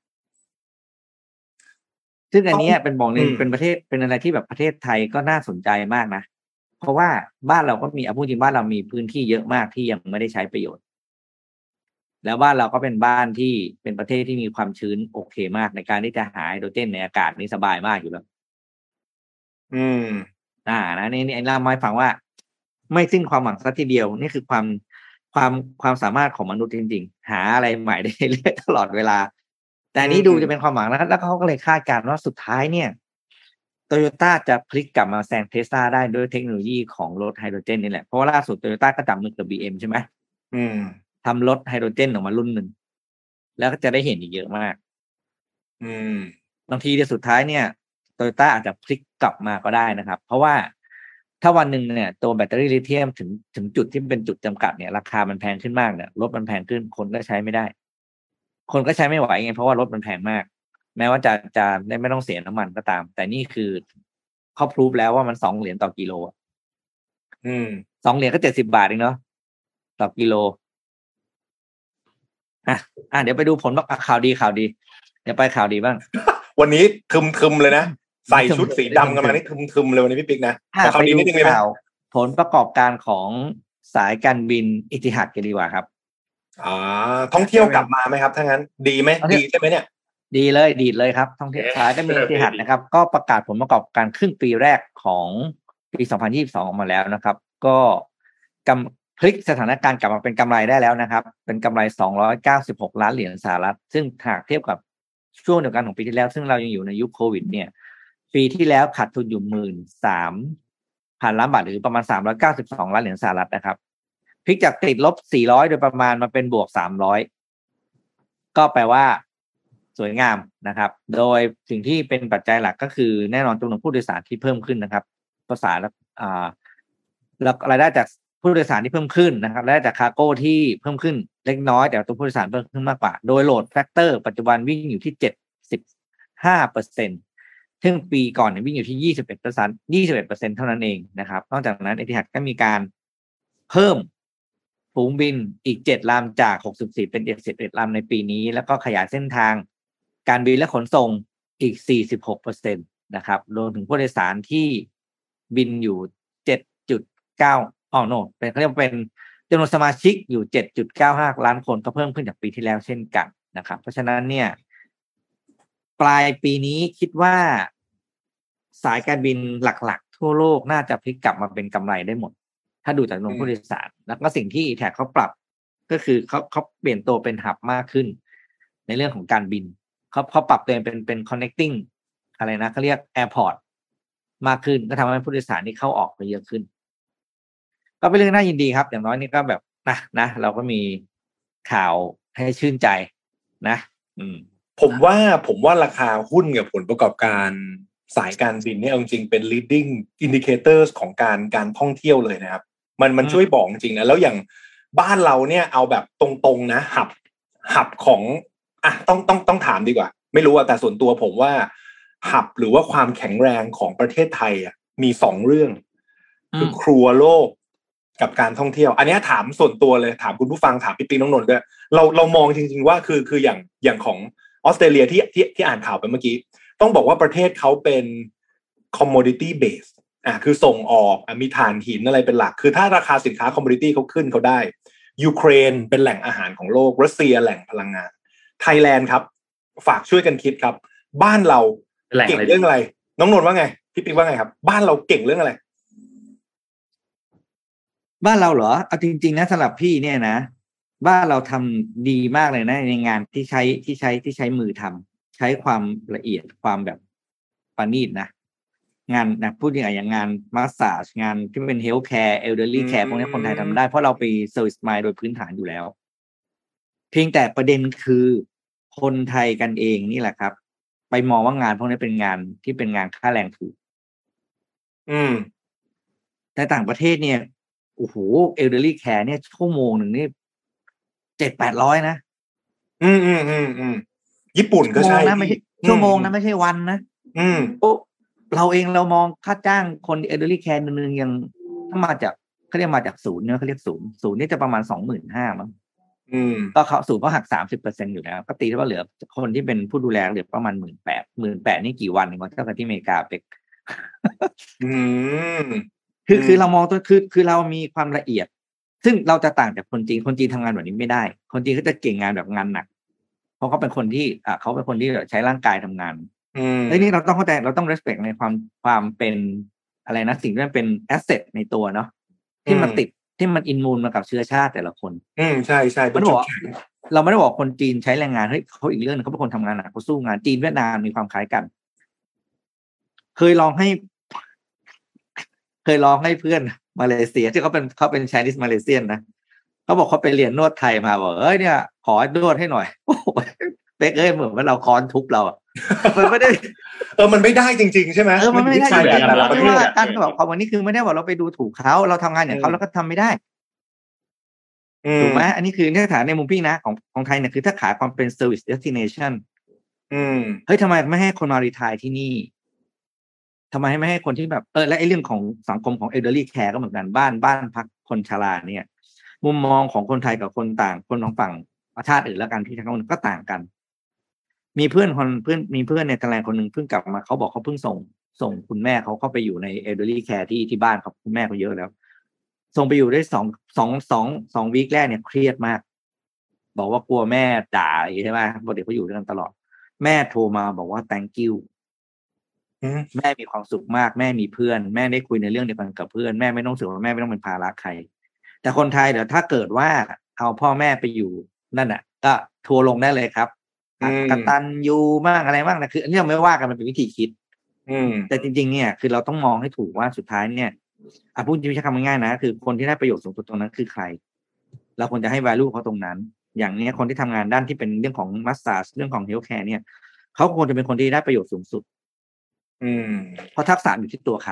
ซึ่งอันนี้เป็นบอกเลยเป็นประเทศเป็นอะไรที่แบบประเทศไทยก็น่าสนใจมากนะเพราะว่าบ้านเราก็มีเอาพูดจริงบ้านเรามีพื้นที่เยอะมากที่ยังไม่ได้ใช้ประโยชน์แล้วบ้านเราก็เป็นบ้านที่เป็นประเทศที่มีความชื้นโอเคมากในการที่จะหาไฮโดรเจนในอากาศนี่สบายมากอยู่แล้วอืมอ่านะนี่นี่เล่าให้ฟังว่าไม่สิ้นความหวังสักทีเดียวนี่คือความความความสามารถของมนุษย์จริงๆหาอะไรใหม่ได้เรื่อยตลอดเวลาแต่นี้ดูจะเป็นความหวังแล้วแล้วเขาก็เลยคาดการณ์ว่าสุดท้ายเนี่ยโตโยต้าจะพลิกกลับมาแซงเทสลาได้ด้วยเทคโนโลยีของรถไฮโดรเจนนี่แหละเพราะว่าล่าสุดโตโยต้าก็จับมือกับ บี เอ็ม ใช่ไหมอืมทำรถไฮโดรเจนออกมารุ่นหนึ่งแล้วก็จะได้เห็นอีกเยอะมากอืมบางทีในสุดท้ายเนี่ยโตโยต้าอาจจะพลิกกลับมาก็ได้นะครับเพราะว่าถ้าวันหนึ่งเนี่ยตัวแบตเตอรี่ลิเธียมถึงถึงจุดที่เป็นจุดจำกัดเนี่ยราคามันแพงขึ้นมากเนี่ยรถมันแพงขึ้นคนก็ใช้ไม่ได้คนก็ใช้ไม่ไหวไงเพราะว่ารถมันแพงมากแม้ว่าจะจะไม่ต้องเสียน้ำมันก็ตามแต่นี่คือเขาพรูฟแล้วว่ามันสองเหรียญต่อกิโลอืมสองเหรียญก็เจ็ดสิบบาทเองเนาะต่อกิโลอ่ะอ่ะเดี๋ยวไปดูผลว่าข่าวดีข่าวดีเดี๋ยวไปข่าวดีบ้างวันนี้ทึมๆเลยนะใส่ชุดสีดำกันมานี่ทึมๆเลยวันนี้พี่ปิ๊กนะข่าวดีนิดนึงเลยข่าวผลประกอบการของสายการบินอิติฮัดกันดีกว่าครับอ่าท่องเที่ยวกลับมาไหมครับถ้างั้นดีไหมดีใช่ไหมเนี่ยดีเลยดีเลยครับท่องเที่ยวสายการบินอิติฮัดนะครับก็ประกาศผลประกอบการครึ่งปีแรกของปีสองพันยี่สิบสองออกมาแล้วนะครับก็กำพลิกสถานการณ์กลับมาเป็นกำไรได้แล้วนะครับเป็นกำไรสองร้อยเก้าสิบหกล้านเหรียญสหรัฐซึ่งหากเทียบกับช่วงเดียวกันของปีที่แล้วซึ่งเรายังอยู่ในยุคโควิดเนี่ยปีที่แล้วขาดทุนอยู่ หนึ่งหมื่นสามพัน ล้านบาทหรือประมาณสามร้อยเก้าสิบสองล้านเหรียญสหรัฐนะครับพลิกจากติดลบสี่ร้อยโดยประมาณมาเป็นบวกสามร้อยก็แปลว่าสวยงามนะครับโดยสิ่งที่เป็นปัจจัยหลักก็คือแน่นอนจำนวนผู้โดยสารที่เพิ่มขึ้นนะครับภาษาแล้วอ่าแล้วรายได้จากผู้โดยสารที่เพิ่มขึ้นนะครับรายได้จากคาร์โก้ที่เพิ่มขึ้นเล็กน้อยแต่ตัวผู้โดยสารเพิ่มขึ้นมากกว่าโดยโหลดแฟกเตอร์ปัจจุบันวิ่งอยู่ที่ เจ็ดสิบห้าเปอร์เซ็นต์ ซึ่งปีก่อนเนี่ยวิ่งอยู่ที่ ยี่สิบเอ็ดเปอร์เซ็นต์ ยี่สิบเอ็ดเปอร์เซ็นต์ เท่านั้นเองนะครับนอกจากนั้นเอทิฮัดก็มีการเพิ่มฝูงบินอีกเจ็ดลำจากหกสิบสี่เป็นเจ็ดสิบเอ็ดลำในปีนี้แล้วก็ขยายเส้นทางการบินและขนส่งอีก สี่สิบหกเปอร์เซ็นต์ นะครับรวมถึงผู้โดยสารที่บินอยู่ เจ็ดจุดเก้า อ๋อโน่เป็นเขาเรียกว่าเป็นจำนวนสมาชิกอยู่ เจ็ดจุดเก้าห้า ล้านคนก็เพิ่มขึ้นจากปีที่แล้วเช่นกันนะครับเพราะฉะนั้นเนี่ยปลายปีนี้คิดว่าสายการบินหลักๆทั่วโลกน่าจะพลิกกลับมาเป็นกำไรได้หมดถ้าดูจากจำนวนผู้โดยสารแล้วก็สิ่งที่ อี ที เอ ซี เขาปรับก็คือเขาเขาเปลี่ยนตัวเป็นหับมากขึ้นในเรื่องของการบินเขาเขาปรับตัวเองเป็นเป็น connecting อะไรนะเขาเรียก airport มากขึ้นก็ทำให้ผู้โดยสารที่เข้าออกไปเยอะขึ้นก็เป็นเรื่องน่ายินดีครับอย่างน้อยนี่ก็แบบนะนะเราก็มีข่าวให้ชื่นใจนะอืมผมว่าผมว่าราคาหุ้นกับผลประกอบการสายการบินเนี่ยจริงๆเป็น leading indicators ของการการท่องเที่ยวเลยนะครับมันมันช่วยบอกจริงนะแล้วอย่างบ้านเราเนี่ยเอาแบบตรงๆนะหับหับของอ่ะต้องต้องต้องถามดีกว่าไม่รู้ว่าแต่ส่วนตัวผมว่าหับหรือว่าความแข็งแรงของประเทศไทยอ่ะมีสองเรื่องคือครัวโลกกับการท่องเที่ยวอันนี้ถามส่วนตัวเลยถามคุณผู้ฟังถามพี่ปิ๊งน้องนนท์ด้วยเราเรามองจริงๆว่าคือคืออย่างอย่างของออสเตรเลียที่ที่ที่อ่านข่าวไปเมื่อกี้ต้องบอกว่าประเทศเขาเป็น commodity base อ่ะคือส่งออกอ่ะมีถ่านหินอะไรเป็นหลักคือถ้าราคาสินค้า commodity เขาขึ้นเขาได้ยูเครนเป็นแหล่งอาหารของโลกรัสเซียแหล่งพลังงานไทยแลนด์ครับฝากช่วยกันคิดครับบ้านเราเก่งเรื่องอะไรน้องนนท์ว่าไงพี่ปิ๊กว่าไงครับบ้านเราเก่งเรื่องอะไรบ้านเราเหรอเอาจริงๆนะสำหรับพี่เนี่ยนะบ้านเราทำดีมากเลยนะในงานที่ใช้ที่ใช้ที่ใช้มือทำใช้ความละเอียดความแบบประณีตนะงานนะพูดยังไงอย่างงานมาสซาจงานที่เป็นเฮลท์แคร์เอลเดอรี่แคร์พวกนี้คนไทยทำได้เพราะเราไปเซอร์วิสมายโดยพื้นฐานอยู่แล้วเพียงแต่ประเด็นคือคนไทยกันเองนี่แหละครับไปมองว่างานพวกนี้เป็นงานที่เป็นงานค่าแรงถูกอืมแต่ต่างประเทศเนี่ยโอ้โหเอลเดอรี่แคร์เนี่ยชั่วโมงหนึ่งนี่เจ็ดแปดร้อยนะอืมอืมอืมอืมญี่ปุ่นก็ใช่นะไม่ใช่ชั่วโมงนะไม่ใช่วันนะอืมโอ้เราเองเรามองค่าจ้างคน elderly care นึงยังถ้ามาจากเขาเรียกมาจากศูนย์เนอะเขาเรียกศูนย์ศูนย์นี่จะประมาณ สองหมื่นห้าพัน มั้งอืมก็เขาศูนย์ก็หัก สามสิบเปอร์เซ็นต์ อยู่แล้วก็ตีว่าเหลือคนที่เป็นผู้ดูแลเหลือประมาณ หนึ่งหมื่นแปดพัน หนึ่งหมื่นแปดพัน นี่กี่วันเองวะเท่ากับที่อเมริกาเป็กอืมคือคือเรามองตัวคือคือเรามีความละเอียดซึ่งเราจะต่างจากคนจีนคนจีนทำงานแบบนี้ไม่ได้คนจีนเขาจะเก่งงานแบบงานหนักเพราะเขาเป็นคนที่อ่าเขาเป็นคนที่ใช้ร่างกายทำงานอืมไอ้นี่เราต้องเข้าใจเราต้อง respect ในความความเป็นอะไรนะสิ่งที่มันเป็น asset ในตัวเนาะที่มันติดที่มันอินมูนมากับเชื้อชาติแต่ละคนอืมใช่ใช่ไม่ได้บอกเราไม่ได้บอกคนจีนใช้แรงงานเฮ้ยเขาอีกเรื่องนึงเขาเป็นคนทำงานหนักเขาสู้งานจีนเวียดนามมีความคล้ายกันเคยลองให้เคยลองให้เพื่อนมาเลเซียที่เขาเป็นเขาเป็น Chinese Malaysian นะเขาบอกเขาไปเรียนนวดไทยมาบอกเอ้ยเนี่ยขอนวดให้หน่อยโอ้โหเป๊กเอ้ยเหมือนว่าเราค้อนทุบเราอ่ะมันไม่ได้เออมันไม่ได้จริงๆใช่ไหมเออมันไม่ได้จริงๆแบบไม่ว่าการบอกความวันนี้คือไม่ได้บอกเราไปดูถูกเขาเราทำงานอย่างเขาแล้วก็ทำไม่ได้ถูกไหมอันนี้คือเนื้อหาในมุมพี่นะของของไทยเนี่ยคือถ้าขายความเป็น service destination อืมเฮ้ยทำไมไม่ให้คนมารีไทร์ที่นี่ทำไมไม่ให้คนที่แบบเออและไอ้เรื่องของสังคมของ elderly care ก็เหมือนกันบ้านบ้านพักคนชราเนี่ยมุมมองของคนไทยกับคนต่างคนของฝั่งประชาติอื่นแล้วกันที่ทั้งคนก็ต่างกันมีเพื่อนคนเพื่อนมีเพื่อนในไทยแลนด์คนหนึ่งเพิ่งกลับมาเขาบอกเขาเพิ่งส่งส่งคุณแม่เขาเข้าไปอยู่ใน elderly care ที่ที่บ้านเขาคุณแม่เขาเยอะแล้วส่งไปอยู่ได้สองสองสองสองวีคแรกเนี่ยเครียดมากบอกว่ากลัวแม่ด่าใช่ไหมเพราะเด็กเขาอยู่ด้วยกันตลอดแม่โทรมาบอกว่า thank you แม่มีความสุขมากแม่มีเพื่อนแม่ได้คุยในเรื่องเดียวกันกับเพื่อนแม่ไม่ต้องรู้สึกว่าแม่ไม่ต้องเป็นภาระใครแต่คนไทยเดี๋ยวถ้าเกิดว่าเอาพ่อแม่ไปอยู่นั่นน่ะก็ทัวร์ลงได้เลยครับกตัญญูมากอะไรมากนะคืออันนี้เราไม่ว่ากันมันเป็นวิธีคิดแต่จริงๆเนี่ยคือเราต้องมองให้ถูกว่าสุดท้ายเนี่ยอ่ะพูดจริงๆใช้คำง่ายๆนะคือคนที่ได้ประโยชน์สูงสุดตรงนั้นคือใครเราควรจะให้ value เขาตรงนั้นอย่างนี้คนที่ทำงานด้านที่เป็นเรื่องของ massage เรื่องของ healthcare เนี่ยเขาควรจะเป็นคนที่ได้ประโยชน์สูงสุดอืมเพราะทักษะอยู่ที่ตัวเขา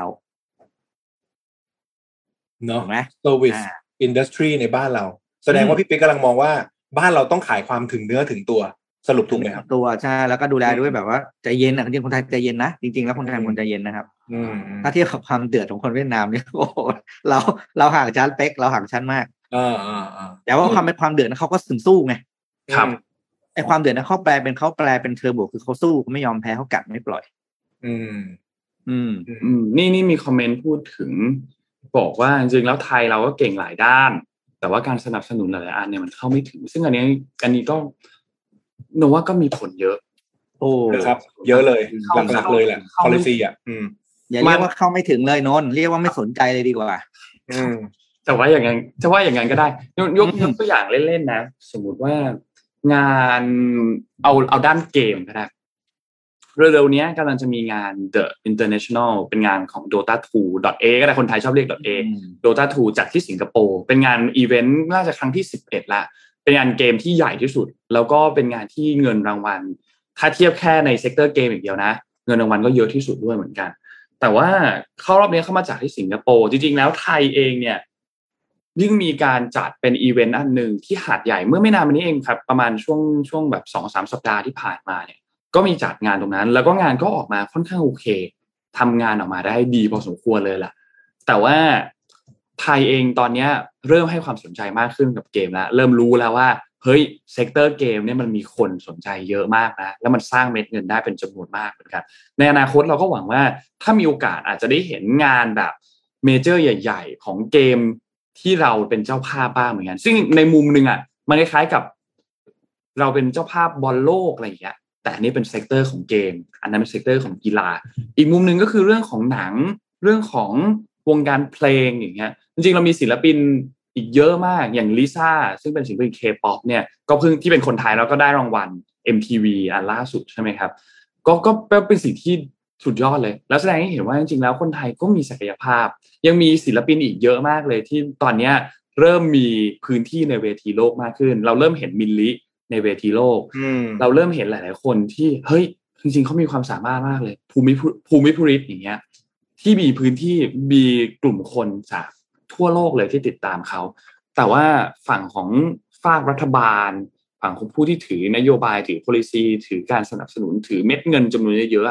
เนาะ service industry ในบ้านเราแสดงว่าพี่ปิ๊กกำลังมองว่าบ้านเราต้องขายความถึงเนื้อถึงตัวสรุปถูกไหมครับตัวใช่แล้วก็ดูแลด้วยแบบว่าใจเย็นอ่ะจริงๆคนไทยใจเย็นนะจริงๆแล้วคนไทยคนใจเย็นนะครับถ้าเทียบกับความเดือดของคนเวียดนามเนี่ยโอ้เราเราห่างชั้นเป๊กเราห่างชั้นมากอ่าอ่าอ่าแต่ว่าความเป็นความเดือดนั้นเขาก็สึงสู้ไงครับไอ้ความเดือดนั้นเขาแปลเป็นเขาแปลเป็นเทอร์โบคือเขาสู้เขาไม่ยอมแพ้เขากัดไม่ปล่อยอืมอืมอืมนี่นี่มีคอมเมนต์พูดถึงบอกว่าจริงๆแล้วไทยเราก็เก่งหลายด้านแต่ว่าการสนับสนุนหลายๆอันเนี่ยมันเข้าไม่ถึงซึ่งอันนี้อันนี้ก็หนูว่าก็มีผลเยอะโอ้ครับเยอะเลยหลักๆเลยแหละ policy อ่ะอืมอย่าเรียกว่าเข้าไม่ถึงเลยโน้นเรียกว่าไม่สนใจเลยดีกว่าอืมแต่ว่าอย่างนั้นจะว่าอย่างนั้นก็ได้ยกยกตัวอย่างเล่นๆนะสมมุติว่างานเอาเอาด้านเกมก็ได้เร็วๆนี้กำลังจะมีงาน The International เป็นงานของ Dota ทู .a ก็ได้คนไทยชอบเรียก .a Dota ทูจัดที่สิงคโปร์เป็นงานอีเวนต์น่าจะครั้งที่สิบเอ็ดละเป็นงานเกมที่ใหญ่ที่สุดแล้วก็เป็นงานที่เงินรางวัลถ้าเทียบแค่ในเซกเตอร์เกมอย่างเดียวนะเงินรางวัลก็เยอะที่สุดด้วยเหมือนกันแต่ว่าเข้ารอบนี้เข้ามาจากที่สิงคโปร์จริงๆแล้วไทยเองเนี่ยยิ่งมีการจัดเป็นอีเวนต์อันนึงที่หาดใหญ่เมื่อไม่นานมานี้เองครับประมาณช่วงช่วงแบบ สองถึงสาม สัปดาห์ที่ผ่านมาเนี่ยก็มีจัดงานตรงนั้นแล้วก็งานก็ออกมาค่อนข้างโอเคทำงานออกมาได้ดีพอสมควรเลยล่ะแต่ว่าไทยเองตอนนี้เริ่มให้ความสนใจมากขึ้นกับเกมแล้วเริ่มรู้แล้วว่าเฮ้ยเซกเตอร์เกมเนี่ยมันมีคนสนใจเยอะมากนะแล้วมันสร้างเม็ดเงินได้เป็นจำนวนมากเหมือนกันในอนาคตเราก็หวังว่าถ้ามีโอกาสอาจจะได้เห็นงานแบบเมเจอร์ใหญ่ๆของเกมที่เราเป็นเจ้าภาพบ้างเหมือนกันซึ่งในมุมนึงอ่ะมันคล้ายๆกับเราเป็นเจ้าภาพบอลโลกอะไรอย่างเงี้ยแต่อันนี้เป็นเซกเตอร์ของเกมอันนั้นเป็นเซกเตอร์ของกีฬาอีกมุมนึงก็คือเรื่องของหนังเรื่องของวงการเพลงอย่างเงี้ยจริงๆเรามีศิลปินอีกเยอะมากอย่างลิซ่าซึ่งเป็นศิลปิน K-pop เนี่ยก็เพิ่งที่เป็นคนไทยแล้วก็ได้รางวัล เอ็ม ที วี อันล่าสุดใช่ไหมครับก็ก็เป็นสิ่งที่สุดยอดเลยแล้วแสดงให้เห็นว่าจริงๆแล้วคนไทยก็มีศักยภาพยังมีศิลปินอีกเยอะมากเลยที่ตอนนี้เริ่มมีพื้นที่ในเวทีโลกมากขึ้นเราเริ่มเห็นมิลลิในเวทีโลกเราเริ่มเห็นหลายๆคนที่เฮ้ยจริงๆเขามีความสามารถมากเลยภูมิภูมิภูริตอย่างเงี้ยที่มีพื้นที่มีกลุ่มคนจากทั่วโลกเลยที่ติดตามเขาแต่ว่าฝั่งของฝ่ายรัฐบาลฝั่งของผู้ที่ถือนโยบายถือ policy ถือการสนับสนุนถือเม็ดเงินจำนวนเยอะ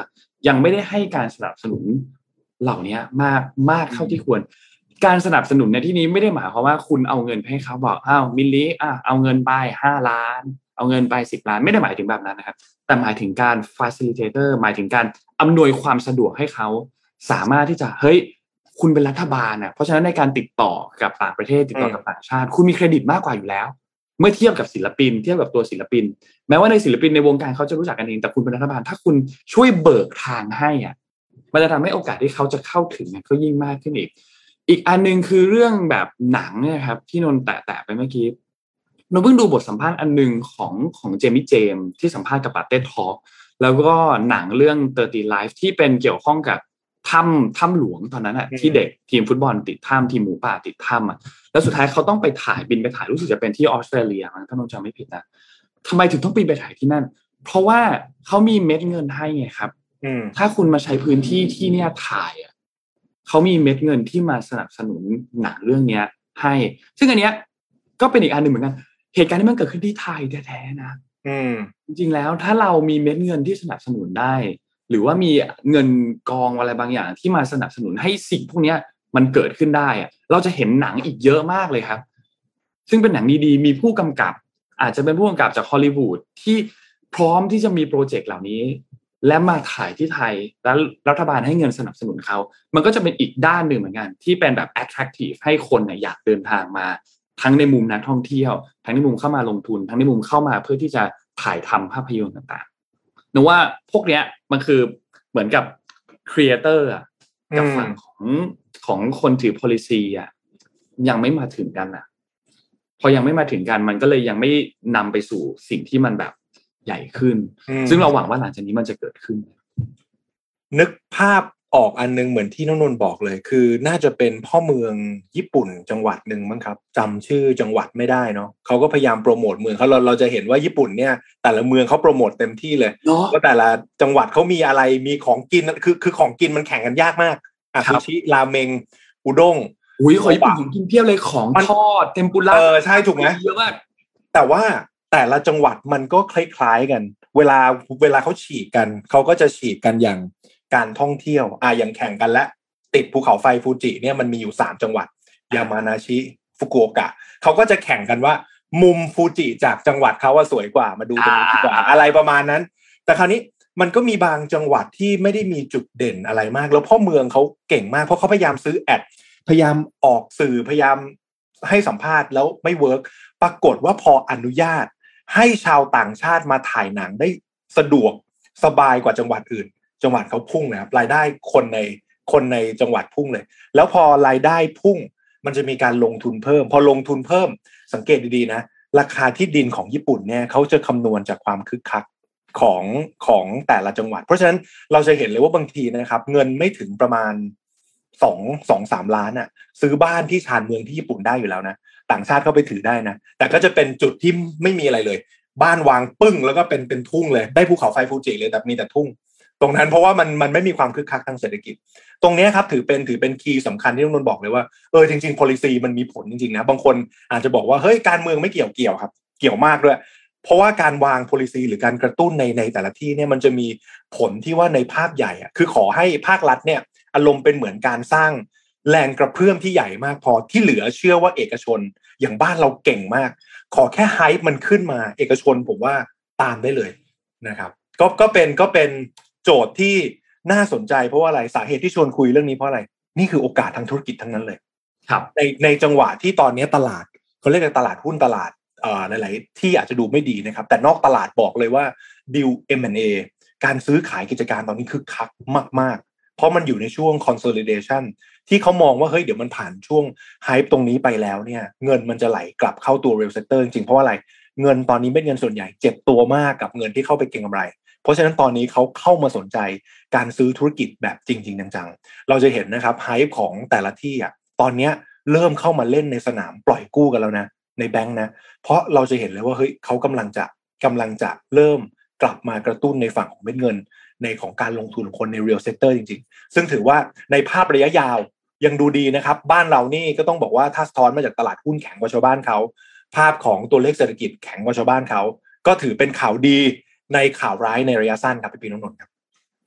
ยังไม่ได้ให้การสนับสนุนเหล่านี้มากมากเท่าที่ควรการสนับสนุนในที่นี้ไม่ได้หมายความว่าคุณเอาเงินให้เขาบอกอ้าวมิลลิอ่ะเอาเงินไปห้าล้านเอาเงินไปสิบล้านไม่ได้หมายถึงแบบนั้นนะครับแต่หมายถึงการ facilitator หมายถึงการอำนวยความสะดวกให้เขาสามารถที่จะเฮ้ยคุณเป็นรัฐบาลน่ะเพราะฉะนั้นในการติดต่อกับต่างประเทศติดต่อกับต่างชาติคุณมีเครดิตมากกว่าอยู่แล้วเมื่อเทียบกับศิลปินเทียบกับตัวศิลปินแม้ว่าในศิลปินในวงการเขาจะรู้จักกันเองแต่คุณเป็นรัฐบาลถ้าคุณช่วยเบิกทางให้อ่ะมันจะทำให้โอกาสที่เขาจะเข้าถึงก็ยิ่งมากขึ้นอีกอีกอันนึงคือเรื่องแบบหนังเนี่ยครับที่นนแตะๆไปเมื่อกี้นนเพิ่งดูบทสัมภาษณ์อันนึงของของเจมี่เจมส์ที่สัมภาษณ์กับปาเต้ทอล์กแล้วก็หนังเรื่องสิบ Life ที่เป็นเกี่ยวข้องกับถ้ำถ้ำหลวงตอนนั้นอ่ะที่เด็กทีมฟุตบอลติดถ้ำทีมหมูป่าติดถ้ำอ่ะแล้วสุดท้ายเขาต้องไปถ่ายบินไปถ่ายรู้สึกจะเป็นที่ออสเตรเลียถ้านนจำไม่ผิดนะทำไมถึงต้องบินไปถ่ายที่นั่นเพราะว่าเขามีเม็ดเงินให้ไงครับถ้าคุณมาใช้พื้นที่ที่เนี่ยถ่ายอ่ะเขามีเม็ดเงินที่มาสนับสนุนหนังเรื่องนี้ให้ซึ่งอันเนี้ยก็เป็นอีกอันหนึ่งเหมือนกันเหตุการณ์ที่มันเกิดขึ้นที่ไทยแท้ๆนะจริงๆแล้วถ้าเรามีเม็ดเงินที่สนับสนุนได้หรือว่ามีเงินกองอะไรบางอย่างที่มาสนับสนุนให้สิ่งพวกนี้มันเกิดขึ้นได้อะเราจะเห็นหนังอีกเยอะมากเลยครับซึ่งเป็นหนังดีๆมีผู้กำกับอาจจะเป็นผู้กำกับจากฮอลลีวูดที่พร้อมที่จะมีโปรเจกต์เหล่านี้และมาถ่ายที่ไทยแล้วรัฐบาลให้เงินสนับสนุนเขามันก็จะเป็นอีกด้านหนึ่งเหมือนกันที่เป็นแบบ attractive ให้คนเนี่ยอยากเดินทางมาทั้งในมุมนักท่องเที่ยวทั้งในมุมเข้ามาลงทุนทั้งในมุมเข้ามาเพื่อที่จะถ่ายทำภาพยนตร์ต่างๆนึกว่าพวกเนี้ยมันคือเหมือนกับครีเอเตอร์อ่ะกับฝั่งของของคนถือ policy อ่ะยังไม่มาถึงกันอ่ะพอยังไม่มาถึงกันมันก็เลยยังไม่นำไปสู่สิ่งที่มันแบบใหญ่ขึ้นซึ่งเราหวังว่าหลังจากนี้มันจะเกิดขึ้นนึกภาพออกอันนึงเหมือนที่น้องนนท์บอกเลยคือน่าจะเป็นพ่อเมืองญี่ปุ่นจังหวัดหนึ่งมั้งครับจำชื่อจังหวัดไม่ได้เนาะเขาก็พยายามโปรโมทเมืองเขาเราเราจะเห็นว่าญี่ปุ่นเนี่ยแต่ละเมืองเขาโปรโมทเต็มที่เลยว่าแต่ละจังหวัดเขามีอะไรมีของกินคือคือของกินมันแข่งกันยากมากอ่ะซูชิราเมงอุด้งอุ้ยของญี่ปุ่นผมกินเพียบเลยของทอดเทมปุระเออใช่ถูกไหมเยอะมากแต่ว่าแต่ละจังหวัดมันก็คล้ายๆกันเวลาเวลาเขาฉีกกันเขาก็จะฉีกกันอย่างการท่องเที่ยวอ่ะอย่างแข่งกันและติดภูเขาไฟฟูจิเนี่ยมันมีอยู่สามจังหวัดยามานาชิฟุกุโอกะเขาก็จะแข่งกันว่ามุมฟูจิจากจังหวัดเขาว่าสวยกว่ามาดูตรงนี้ดีกว่าอะไรประมาณนั้นแต่คราวนี้มันก็มีบางจังหวัดที่ไม่ได้มีจุดเด่นอะไรมากแล้วพ่อเมืองเขาเก่งมากเพราะเขาพยายามซื้อแอดพยายามออกสื่อพยายามให้สัมภาษณ์แล้วไม่เวิร์กปรากฏว่าพออนุญาตให้ชาวต่างชาติมาถ่ายหนังได้สะดวกสบายกว่าจังหวัดอื่นจังหวัดเขาพุ่งนะครับรายได้คนในคนในจังหวัดพุ่งเลยแล้วพอรายได้พุ่งมันจะมีการลงทุนเพิ่มพอลงทุนเพิ่มสังเกตดีๆนะราคาที่ดินของญี่ปุ่นเนี่ยเขาจะคำนวณจากความคึกคักของของแต่ละจังหวัดเพราะฉะนั้นเราจะเห็นเลยว่าบางทีนะครับเงินไม่ถึงประมาณสอง สอง สามล้านอ่ะซื้อบ้านที่ชานเมืองที่ญี่ปุ่นได้อยู่แล้วนะต่างชาติเข้าไปถือได้นะแต่ก็จะเป็นจุดที่ไม่มีอะไรเลยบ้านวางปึ้งแล้วก็เป็นเป็นทุ่งเลยได้ภูเขาไฟฟูจิเลยแต่มีแต่ทุ่งตรงนั้นเพราะว่ามันมันไม่มีความคึกคักทางเศรษฐกิจตรงนี้ครับถือเป็นถือเป็นคีย์สำคัญที่น้องนนท์บอกเลยว่าเออจริงๆ policy มันมีผลจริงๆนะบางคนอาจจะบอกว่าเฮ้ยการเมืองไม่เกี่ยวเกี่ยวครับเกี่ยวมากด้วยเพราะว่าการวาง policy หรือการกระตุ้นในในแต่ละที่เนี่ยมันจะมีผลที่ว่าในภาพใหญ่อ่ะคือขอให้ภาครัฐเนี่ยอารมณ์เป็นเหมือนการสร้างแรงกระเพื่อมที่ใหญ่มากพอที่เหลือเชื่อว่าเอกชนอย่างบ้านเราเก่งมากขอแค่ไฮป์มันขึ้นมาเอกชนผมว่าตามได้เลยนะครับก็ก็เป็นก็เป็นโจทย์ที่น่าสนใจเพราะว่าอะไรสาเหตุที่ชวนคุยเรื่องนี้เพราะอะไรนี่คือโอกาสทางธุรกิจทั้งนั้นเลยครับในในจังหวะที่ตอนนี้ตลาดเขาเรียกกันตลาดหุ้นตลาดเอ่อหลายๆที่อาจจะดูไม่ดีนะครับแต่นอกตลาดบอกเลยว่าดีล เอ็ม แอนด์ เอ การซื้อขายกิจการตอนนี้คึกคักมากๆเพราะมันอยู่ในช่วง consolidation ที่เขามองว่าเฮ้ยเดี๋ยวมันผ่านช่วง hype ตรงนี้ไปแล้วเนี่ยเงินมันจะไหลกลับเข้าตัว real sector จริงๆเพราะว่าอะไรเงินตอนนี้เม็ดเงินส่วนใหญ่เจ็บตัวมากกับเงินที่เข้าไปเก็งกำไรเพราะฉะนั้นตอนนี้เขาเข้ามาสนใจการซื้อธุรกิจแบบจริงๆจังๆเราจะเห็นนะครับไฮป์ของแต่ละที่อ่ะตอนนี้เริ่มเข้ามาเล่นในสนามปล่อยกู้กันแล้วนะในแบงค์นะเพราะเราจะเห็นเลยว่าเฮ้ยเขากำลังจะกำลังจะเริ่มกลับมากระตุ้นในฝั่งของเม็ดเงินในของการลงทุนของคนใน real sector จริงๆซึ่งถือว่าในภาพระยะยาวยังดูดีนะครับบ้านเรานี่ก็ต้องบอกว่าถ้าสะท้อนมาจากตลาดหุ้นแข็งกว่าชาวบ้านเขาภาพของตัวเลขเศรษฐกิจแข็งกว่าชาวบ้านเขาก็ถือเป็นข่าวดีในข่าวร้ายในระยะสั้นครับพี่ปีน้องนนท์ครับครับ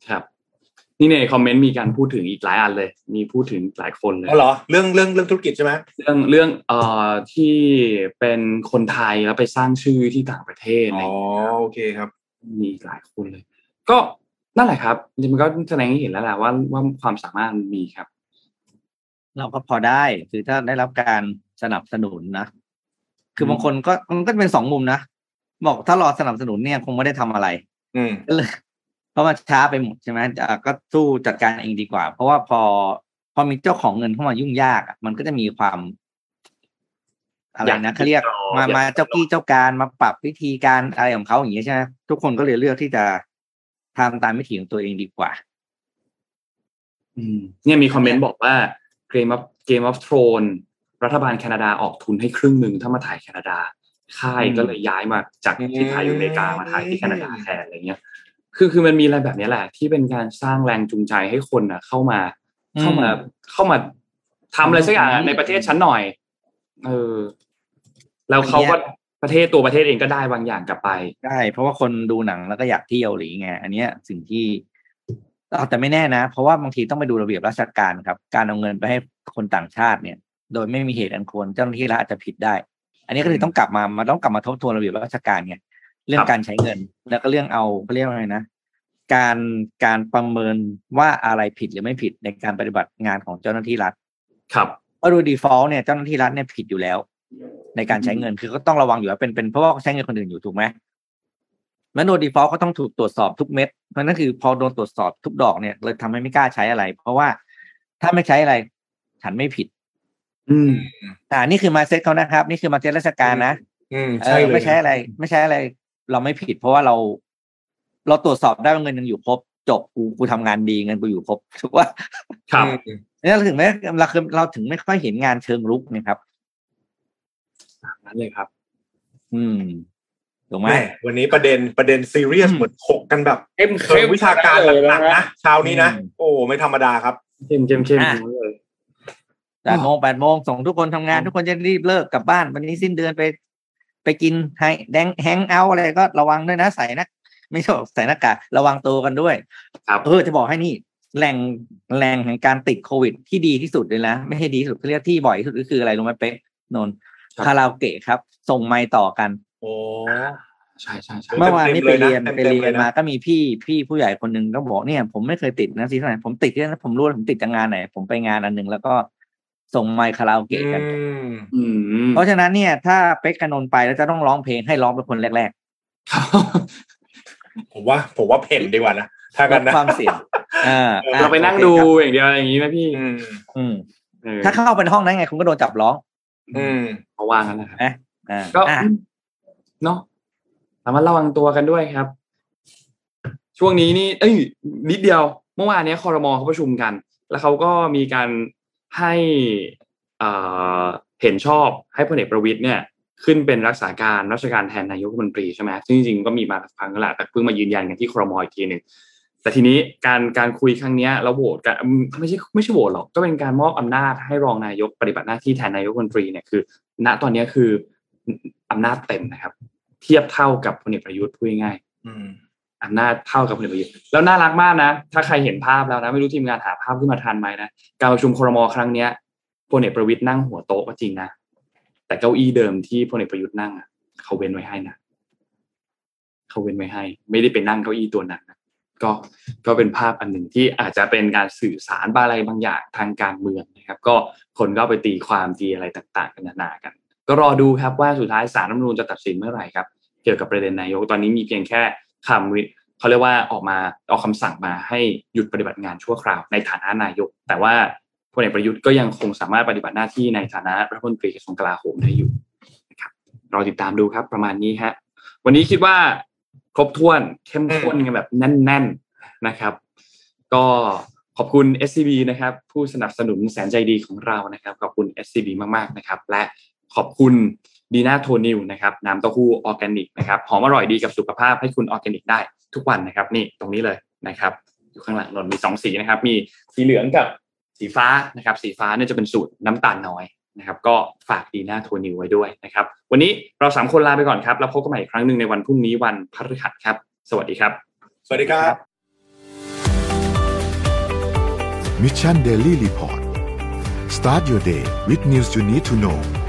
ครับนี่ในคอมเมนต์มีการพูดถึงอีกหลายอันเลยมีพูดถึงหลายคนเลยอ๋อเหรอเรื่องเรื่องเรื่องธุรกิจใช่ไหมเรื่องเรื่องเอ่อที่เป็นคนไทยแล้วไปสร้างชื่อที่ต่างประเทศอะไรอย่างเงี้ยอ๋อโอเคครับมีหลายคนเลยก็นั่นแหละครับมันก็แสดงให้เห็นแล้วแหละว่าว่าความสามารถมันมีครับเราก็พอได้คือถ้าได้รับการสนับสนุนนะคือบางคนก็มันก็เป็นสองมุมนะบอกถ้ารอสนับสนุนเนี่ยคงไม่ได้ทำอะไรอืมก็เลยเพราะมันช้าไปหมดใช่ไหมก็สู้จัดการเองดีกว่าเพราะว่าพอพอมีเจ้าของเงินเข้ามายุ่งยากอ่ะมันก็จะมีความอะไรนะเขาเรียกมามาเจ้ากี้เจ้าการมาปรับวิธีการอะไรของเขาอย่างนี้ใช่ไหมทุกคนก็เลยเลือกที่จะทำตามวิถีของตัวเองดีกว่าอืมเนี่ยมีคอมเมนต์บอกว่า Game of Game of Thrones รัฐบาลแคนาดาออกทุนให้ครึ่งนึงถ้ามาถ่ายแคนาดาค่ายก็เลยย้ายมาจากที่ถ่ายอยู่อเมริกามาถ่ายที่แคนาดาแทนอะไรเงี้ยคือคือมันมีอะไรแบบนี้แหละที่เป็นการสร้างแรงจูงใจให้คนน่ะเข้ามาเข้ามาเข้ามาทำอะไรสักอย่างในประเทศฉันหน่อยเออแล้วเขาก็ประเทศตัวประเทศเองก็ได้บางอย่างกลับไปใช่เพราะว่าคนดูหนังแล้วก็อยากเที่ยวหรือไงอันเนี้ยสิ่งที่แต่ไม่แน่นะเพราะว่าบางทีต้องไปดูระเบียบราชการครับการเอาเงินไปให้คนต่างชาติเนี่ยโดยไม่มีเหตุอันควรเจ้าหน้าที่รัฐอาจจะผิดได้อันนี้ก็เลยต้องกลับมามาต้องกลับมาทบทวนระเบียบราชการไงเรื่องการใช้เงินแล้วก็เรื่องเอาเขาเรียกว่าไงนะการการประเมินว่าอะไรผิดหรือไม่ผิดในการปฏิบัติงานของเจ้าหน้าที่รัฐครับเพราะโดย default เนี่ยเจ้าหน้าที่รัฐเนี่ยผิดอยู่แล้วในการใช้เงินคือก็ต้องระวังอยู่ว่าเป็นเป็นเพราะว่าใช้เงินคนอื่นอยู่ถูกไหมแล้วโดย default ก็ต้องถูกตรวจสอบทุกเม็ดเพราะนั่นคือพอโดนตรวจสอบทุกดอกเนี่ยเลยทำให้ไม่กล้าใช้อะไรเพราะว่าถ้าไม่ใช้อะไรฉันไม่ผิดอืมอ่านี่คือมาเซ็ตเขานะครับนี่คือมาเซ็ตราชการนะอืมใช่เลยไม่ใช้อะไรไม่ใช้อะไรเราไม่ผิดเพราะว่าเราเราตรวจสอบได้ว่าเงินยังอยู่ครบจบกูกูทำงานดีเงินกูอยู่ครบถูกว่าครับนี่เราถึงไม่เราคือเราถึงไม่ค่อยเห็นงานเชิงรุกนะครับนั่นเลยครับอืมถูกไหมวันนี้ประเด็นประเด็นซีเรียสหมดหกกันแบบเข้มเข้มวิชาการหนักๆนะเช้านี้นะโอ้ไม่ธรรมดาครับเข้มเข้มเข้มเลยแปดโมงแปดโมงส่งทุกคนทำงานทุกคนจะรีบเลิกกลับบ้านวันนี้สิ้นเดือนไปไปกินไฮแดงแฮงเอาอะไรก็ระวังด้วยนะใส่นะไม่ใช่ใส่หน้ากากระวังตัวกันด้วยเออจะบอกให้นี่แหล่งแหล่งแห่งการติดโควิดที่ดีที่สุดเลยนะไม่ใช่ดีที่สุดเขาเรียกที่บ่อยที่สุดก็คืออะไรรู้ไหมเป๊กนนท์คาราโอเกะครับส่งไมค์ต่อกันโอ้ใช่ใช่ใช่เมื่อวานนี้ไปเรียนไปเรียนมาก็มีพี่พี่ผู้ใหญ่คนนึงก็บอกเนี่ยผมไม่เคยติดนะซีซั่นไหนผมติดที่นั่นผมรู้ผมติดจากงานไหนผมไปงานอันนึงแล้วก็ส่งไมค์คาราโอเกะกันเพราะฉะนั้นเนี่ยถ้าเป๊กกับนนท์ไปแล้วจะต้องร้องเพลงให้ร้องเป็นคนแรกๆผมว่าผมว่าเพ่นดีกว่านะถ้ากันนะความเสี่ยงเราไปนั่งดูอย่างเดียวอย่างนี้ไหมพี่ถ้าเข้าไปในห้องนั้นไงคุณก็โดนจับร้องอืมเขาวางกันนะครับก็เนาะสามารถระวังตัวกันด้วยครับช่วงนี้นี่เอ้ยนิดเดียวเมื่อวานนี้ครม.เขาประชุมกันแล้วเขาก็มีการให้อ่าเห็นชอบให้พลเอกประวิตรเนี่ยขึ้นเป็นรักษาการราชการแทนนายกรัฐมนตรีใช่ไหมซึ่งจริงๆก็มีมาสักพักแล้วแหละแต่เพิ่งมายืนยันกันที่ครม.อีกทีนึงแต่ทีนี้การการคุยครั้งนี้แล้วโหวตกันไม่ใช่ไม่ใช่โหวตหรอกก็เป็นการมอบอำนาจให้รองนายกปฏิบัติหน้าที่แทนนายกรัฐมนตรีเนี่ยคือณตอนนี้คืออำนาจเต็มนะครับเทียบเท่ากับพลเอกประยุทธ์พูดง่ายๆอำนาจเท่ากับพลเอกประยุทธ์แล้วน่ารักมากนะถ้าใครเห็นภาพแล้วนะไม่รู้ทีมงานหาภาพขึ้นมาทันไหมนะการประชุมครม.ครั้งนี้พลเอกประวิตรนั่งหัวโต๊ะก็จริงนะแต่เก้าอี้เดิมที่พลเอกประยุทธ์นั่งอ่ะเขาเว้นไว้ให้นะเขาเว้นไว้ให้ไม่ได้ไปนั่งเก้าอี้ตัวนั้นนะก็ก็เป็นภาพอันหนึ่งที่อาจจะเป็นการสื่อสารอะไรบางอย่างทางการเมืองนะครับก็คนก็ไปตีความตีอะไรต่างๆกันนานากันก็รอดูครับว่าสุดท้ายศาลรัฐธรรมนูญจะตัดสินเมื่อไหร่ครับเกี่ยวกับประเด็นนายกตอนนี้มีเพียงแค่คำเขาเรียกว่าออกมาออกคำสั่งมาให้หยุดปฏิบัติงานชั่วคราวในฐานะนายกแต่ว่าพลเอกประยุทธ์ก็ยังคงสามารถปฏิบัติหน้าที่ในฐานะรัฐมนตรีกระทรวงกลาโหมได้อยู่นะครับรอติดตามดูครับประมาณนี้ฮะวันนี้คิดว่าครบถ้วนเข้มข้นกันแบบแน่นๆนะครับก็ขอบคุณ เอส ซี บี นะครับผู้สนับสนุนแสนใจดีของเรานะครับขอบคุณ เอส ซี บี มากๆนะครับและขอบคุณดีน่าโทนิวนะครับน้ำเต้าหู้ออร์แกนิกนะครับหอมอร่อยดีกับสุขภาพให้คุณออร์แกนิกได้ทุกวันนะครับนี่ตรงนี้เลยนะครับอยู่ข้างหลังนนมีสองสีนะครับมีสีเหลืองกับสีฟ้านะครับสีฟ้าเนี่ยจะเป็นสูตรน้ำตาลน้อยนะครับก็ฝากดีน่าโทนิวไว้ด้วยนะครับวันนี้เราสามคนลาไปก่อนครับแล้วพบกันใหม่อีกครั้งนึงในวันพรุ่งนี้วันพฤหัสครับสวัสดีครับสวัสดีครับ Mission Daily Report start your day with news you need to know